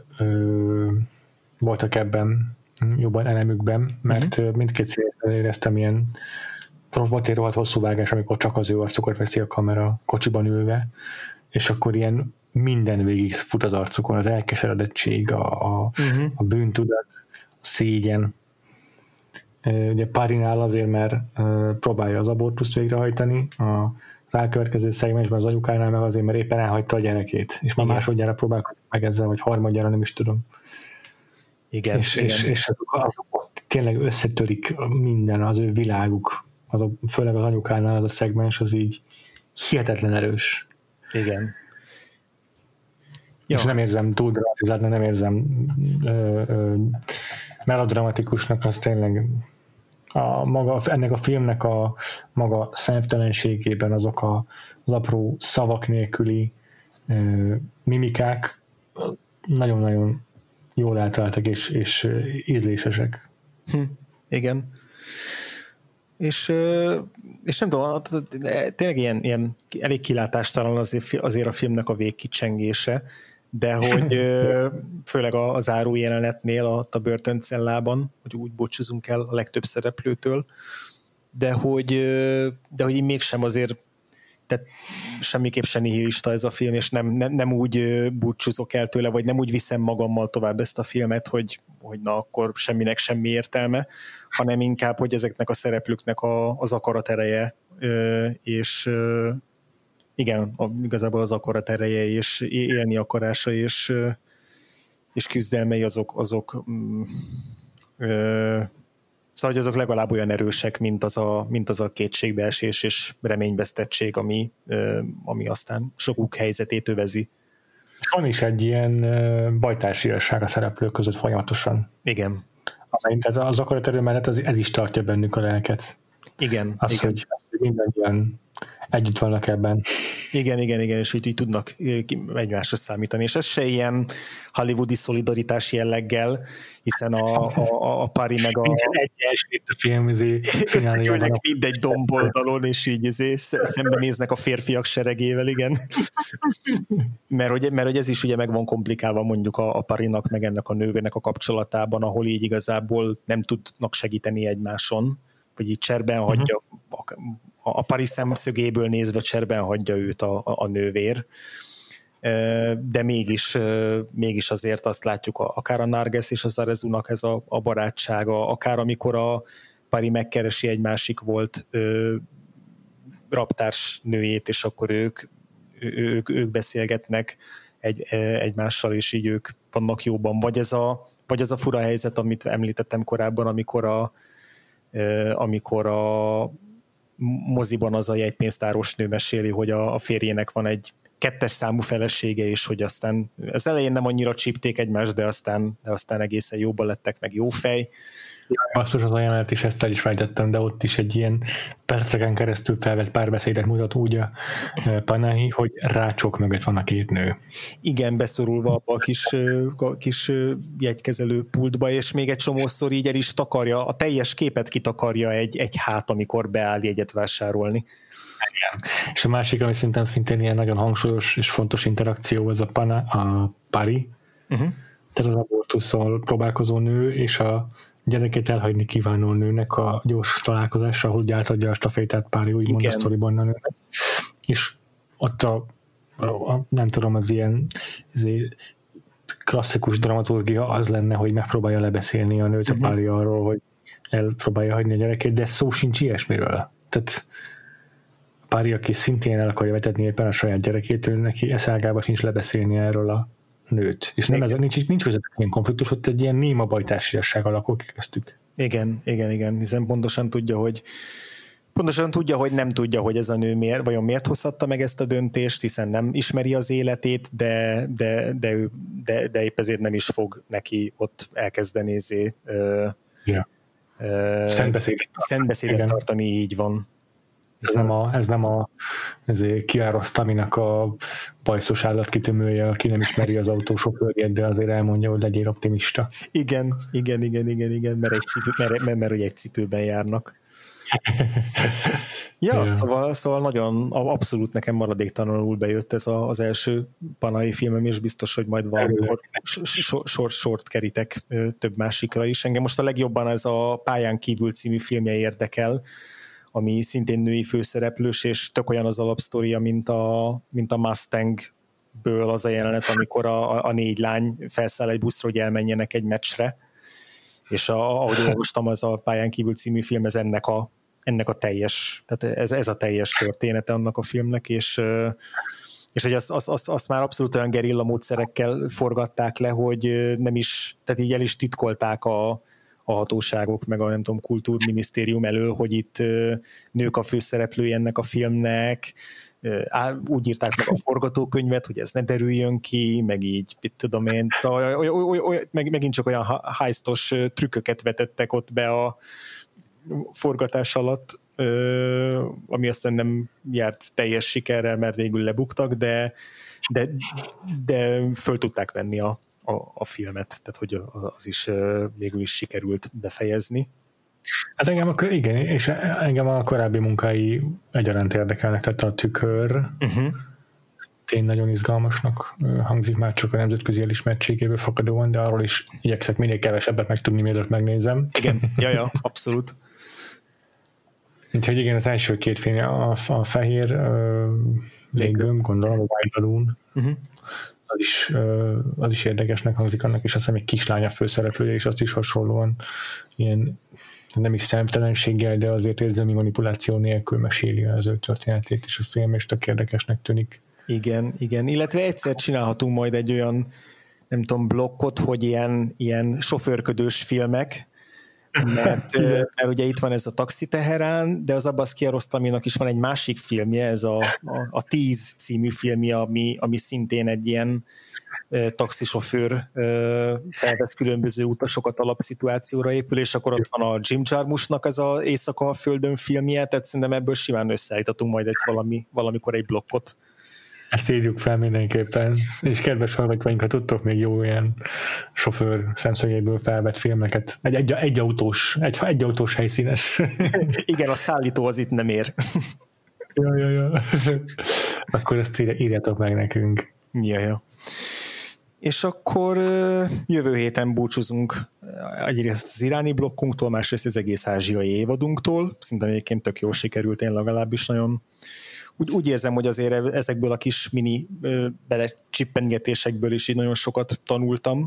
voltak ebben jobban elemükben, mert mindkét színésznél éreztem ilyen, volt egy rohadt hosszú vágás, amikor csak az ő arcukat veszi a kamera kocsiban ülve, és akkor ilyen minden végig fut az arcukon, az elkeseredettség, a bűntudat, a szégyen. Ugye Parinál azért, mert próbálja az abortuszt végrehajtani, a rákövetkező szegmensben az anyukánál meg azért, mert éppen elhagyta a gyerekét, és már másodjára próbálkozik meg ezzel, vagy harmadjára, nem is tudom. Igen. És azok tényleg összetörik minden, az ő világuk, főleg az anyukánál az a szegmens, az így hihetetlen erős. Igen. És nem érzem túl dramatizálni, nem érzem melodramatikusnak, az tényleg ennek a filmnek a maga szemtelenségében azok az apró szavak nélküli mimikák nagyon-nagyon jól eltaláltak és ízlésesek. Igen. És nem tudom, tényleg ilyen elég kilátástalan azért a filmnek a végkicsengése, de hogy főleg a záró jelenetnél a börtöncellában, hogy úgy búcsúzunk el a legtöbb szereplőtől, de hogy így mégsem azért, tehát semmiképp se nihilista ez a film, és nem úgy búcsúzok el tőle, vagy nem úgy viszem magammal tovább ezt a filmet, hogy na akkor semminek semmi értelme, hanem inkább, hogy ezeknek a szereplőknek az akaratereje, és igen, igazából az akarat ereje, és élni akarása, és küzdelmei azok szóval, hogy azok legalább olyan erősek, mint az a kétségbeesés és reményvesztettség, ami aztán sokuk helyzetét övezi. Van is egy ilyen bajtársiasság a szereplők között folyamatosan. Igen. Tehát az akaraterő mellett ez is tartja bennük a lelket. Igen. Az, igen. Hogy mindannyian együtt vannak ebben. Igen, és így tudnak egymásra számítani. És ez se ilyen hollywoodi szolidaritás jelleggel, hiszen a Pari meg a... Nincsen egyes itt a film, összegyűlnek mindegy domboldalon, és így szembenéznek a férfiak seregével, igen. mert hogy ez is ugye meg van komplikálva mondjuk a Parinak, meg ennek a nővének a kapcsolatában, ahol így igazából nem tudnak segíteni egymáson, vagy így cserben hagyja, a Pari szemszögéből nézve cserben hagyja őt a nővér, de mégis azért azt látjuk, akár a Narges és az Arezunak ez a barátsága, akár amikor a Pari megkeresi egy másik volt raptárs nőjét, és akkor ők beszélgetnek egymással, és így ők vannak jóban. Vagy ez a fura helyzet, amit említettem korábban, amikor a moziban az a jegypénztáros nő meséli, hogy a férjének van egy 2. számú felesége, és hogy aztán az elején nem annyira csípték egymást, de aztán egészen jóban lettek, meg jó fej. Basszus, az a jelenet is, ezt el is fejtettem, de ott is egy ilyen perceken keresztül felvett párbeszédet mutat úgy a Panahi, hogy rácsok mögött van a két nő. Igen, beszorulva abba a kis jegykezelő pultba, és még egy csomószor így el is takarja, a teljes képet kitakarja egy hát, amikor beáll jegyet vásárolni. Igen. És a másik, ami szerintem szintén ilyen nagyon hangsúlyos és fontos interakció, az a Pari, tehát az abortusszal próbálkozó nő, és a gyerekét elhagyni kívánó nőnek a gyors találkozásra, hogy átadja a stafétát pár úgymond a sztoriban a nőnek. És ott nem tudom, az ilyen klasszikus dramaturgia az lenne, hogy megpróbálja lebeszélni a nőt a párja arról, hogy elpróbálja hagyni a gyerekét, de szó sincs ilyesmiről. Tehát a párja, aki szintén el akarja vetetni éppen a saját gyerekét, ő neki eszágába sincs lebeszélni erről a nőt. És nem ez, nincs közöttük ilyen konfliktus, ott egy ilyen néma bajtársiasság alakul ki köztük. Igen, hiszen pontosan tudja, hogy nem tudja, hogy ez a nő vajon miért hozhatta meg ezt a döntést, hiszen nem ismeri az életét, de épp ezért nem is fog neki ott elkezdeni szentbeszédet tartani, így van. Ez nem a Kiarostaminak a bajszos állatkitömője, aki nem ismeri az autósofőrjét, de azért elmondja, hogy legyél optimista. Igen, mert egy cipőben járnak. Szóval nagyon abszolút nekem maradéktalanul bejött ez az első Panahi filmem, és biztos, hogy majd valamikor sort kerítek több másikra is. Engem most a legjobban ez a Pályán kívül című filmje érdekel, ami szintén női főszereplős, és tök olyan az alapsztoria, mint a Mustangből az a jelenet, amikor a 4 lány felszáll egy buszra, hogy elmenjenek egy meccsre, és ahogy olvastam, az a Pályán kívül című film, ez ennek a teljes, tehát ez a teljes története annak a filmnek, és hogy azt már abszolút olyan gerilla módszerekkel forgatták le, hogy nem is, tehát így el is titkolták a hatóságok, meg a nem tudom, kultúrminisztérium elől, hogy itt nők a főszereplői ennek a filmnek, úgy írták meg a forgatókönyvet, hogy ez ne derüljön ki, meg így, mit tudom én, szóval megint csak olyan heistos trükköket vetettek ott be a forgatás alatt, ami aztán nem járt teljes sikerrel, mert végül lebuktak, de föl tudták venni a filmet, tehát hogy az is végül is sikerült befejezni. Hát engem a korábbi munkái egyaránt érdekelnek, tehát a Tükör tény nagyon izgalmasnak hangzik, már csak a nemzetközi elismertségéből fakadóan, de arról is igyekszek minél kevesebbet megtudni, mielőtt megnézem. Igen, abszolút. Úgyhogy igen, az első 2 film, a Fehér Léggömb, gondolom, a White Balloon, az is érdekesnek hangzik, annak is azt hiszem egy kislánya főszereplője, és azt is hasonlóan ilyen nem is szemtelenséggel, de azért érzelmi manipuláció nélkül meséli az ő történetét, és a film is tök érdekesnek tűnik. Igen, illetve egyszer csinálhatunk majd egy olyan, nem tudom, blokkot, hogy ilyen sofőrködős filmek, mert ugye itt van ez a Taxi Teherán, de az Abbas Kiarostaminak is van egy másik filmje, ez a 10 című filmje, ami szintén egy ilyen taxisofőr felvesz különböző utasokat alapszituációra épül, és akkor ott van a Jim Jarmuschnak ez az Éjszaka a Földön filmje, tehát szerintem ebből simán összeállítatunk majd valamikor egy blokkot. Ezt írjuk fel mindenképpen, és kedves hallgatóink, ha tudtok még jó ilyen sofőr szemszögéből felvett filmeket, egy autós helyszínes. Igen, a szállító az itt nem ér. Ja. Akkor ezt írjátok meg nekünk. Ja. És akkor jövő héten búcsúzunk egyrészt az iráni blokkunktól, másrészt az egész ázsiai évadunktól. Szerintem egyébként tök jól sikerült, én legalábbis nagyon úgy érzem, hogy azért ezekből a kis mini belecsippengetésekből is így nagyon sokat tanultam.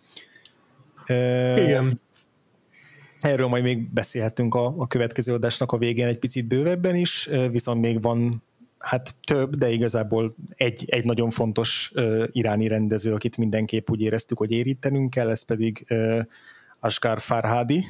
Igen. Erről majd még beszélhetünk a következő adásnak a végén egy picit bővebben is, viszont még van több, de igazából egy nagyon fontos iráni rendező, akit mindenképp úgy éreztük, hogy érítenünk kell, ez pedig Asghar Farhadi,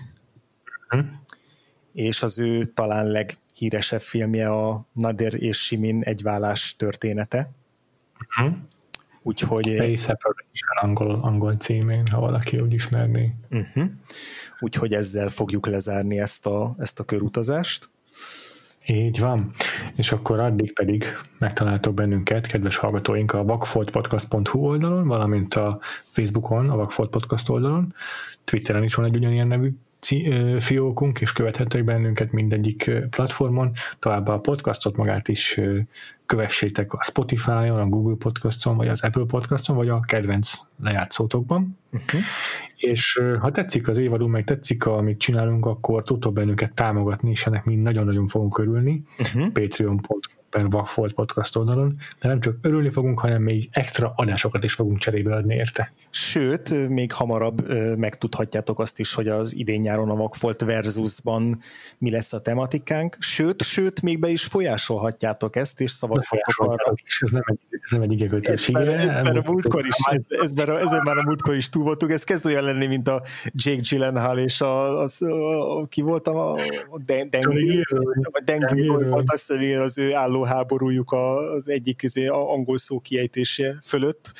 és az ő talán leghíresebb filmje a Nader és Simin egyválás története. Úgyhohogy... Space Separation angol címén, ha valaki úgy ismerné. Úgyhogy ezzel fogjuk lezárni ezt a körutazást. Így van. És akkor addig pedig megtaláltok bennünket, kedves hallgatóink, a vakfoltpodcast.hu oldalon, valamint a Facebookon, a Vakfolt Podcast oldalon. Twitteren is van egy ugyanilyen nevű fiókunk, és követhettek bennünket mindegyik platformon, továbbá a podcastot magát is kövessétek a Spotify-on, a Google Podcaston, vagy az Apple Podcaston, vagy a kedvenc lejátszótokban. És ha tetszik az évadunk, meg tetszik, amit csinálunk, akkor tudtok bennünket támogatni, és ennek mi nagyon-nagyon fogunk örülni. Patreon.com/Vakfolt podcast oldalon, de nem csak örülni fogunk, hanem még extra adásokat is fogunk cserébe adni érte. Sőt, még hamarabb megtudhatjátok azt is, hogy az idén-nyáron a Vakfolt Versusban mi lesz a tematikánk. Sőt, még be is folyásolhatjátok ezt, és szavazhatok arra. Ez nem egy igyekötősége. Ezen már a múltkor is túl voltunk. Ez kezd olyan lenni, mint a Jake Gyllenhaal és ki volt a Dengli volt, azt hiszem, az ő álló háborújuk az egyik angol szó kiejtése fölött.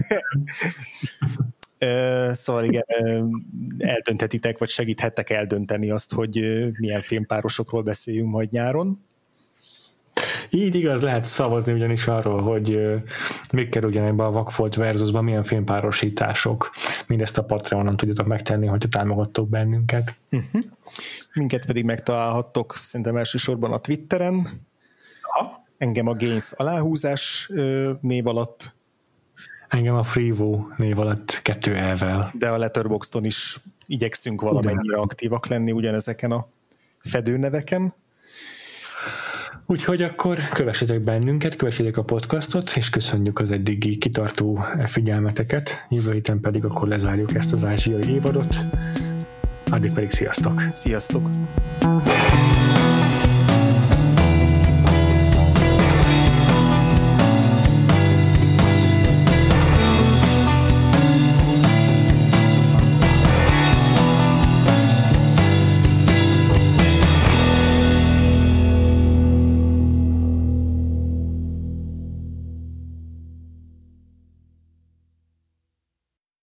Szóval igen, eldönthetitek, vagy segíthettek eldönteni azt, hogy milyen filmpárosokról beszéljünk majd nyáron. Így igaz, lehet szavazni ugyanis arról, hogy még kerüljen ebbe a Vakfolt Versusba, milyen filmpárosítások. Mindezt a Patreonon tudjátok megtenni, hogyha támogattok bennünket. Minket pedig megtalálhattok szerintem elsősorban a Twitteren. Engem a Gains aláhúzás név alatt. Engem a Freevo név alatt 2 E-vel. De a Letterboxdon is igyekszünk valamennyire aktívak lenni ugyanezeken a fedőneveken. Úgyhogy akkor kövessetek bennünket, kövessétek a podcastot, és köszönjük az eddigi kitartó figyelmeteket. Jövő héten pedig akkor lezárjuk ezt az ázsiai évadot. Addig pedig sziasztok! Sziasztok!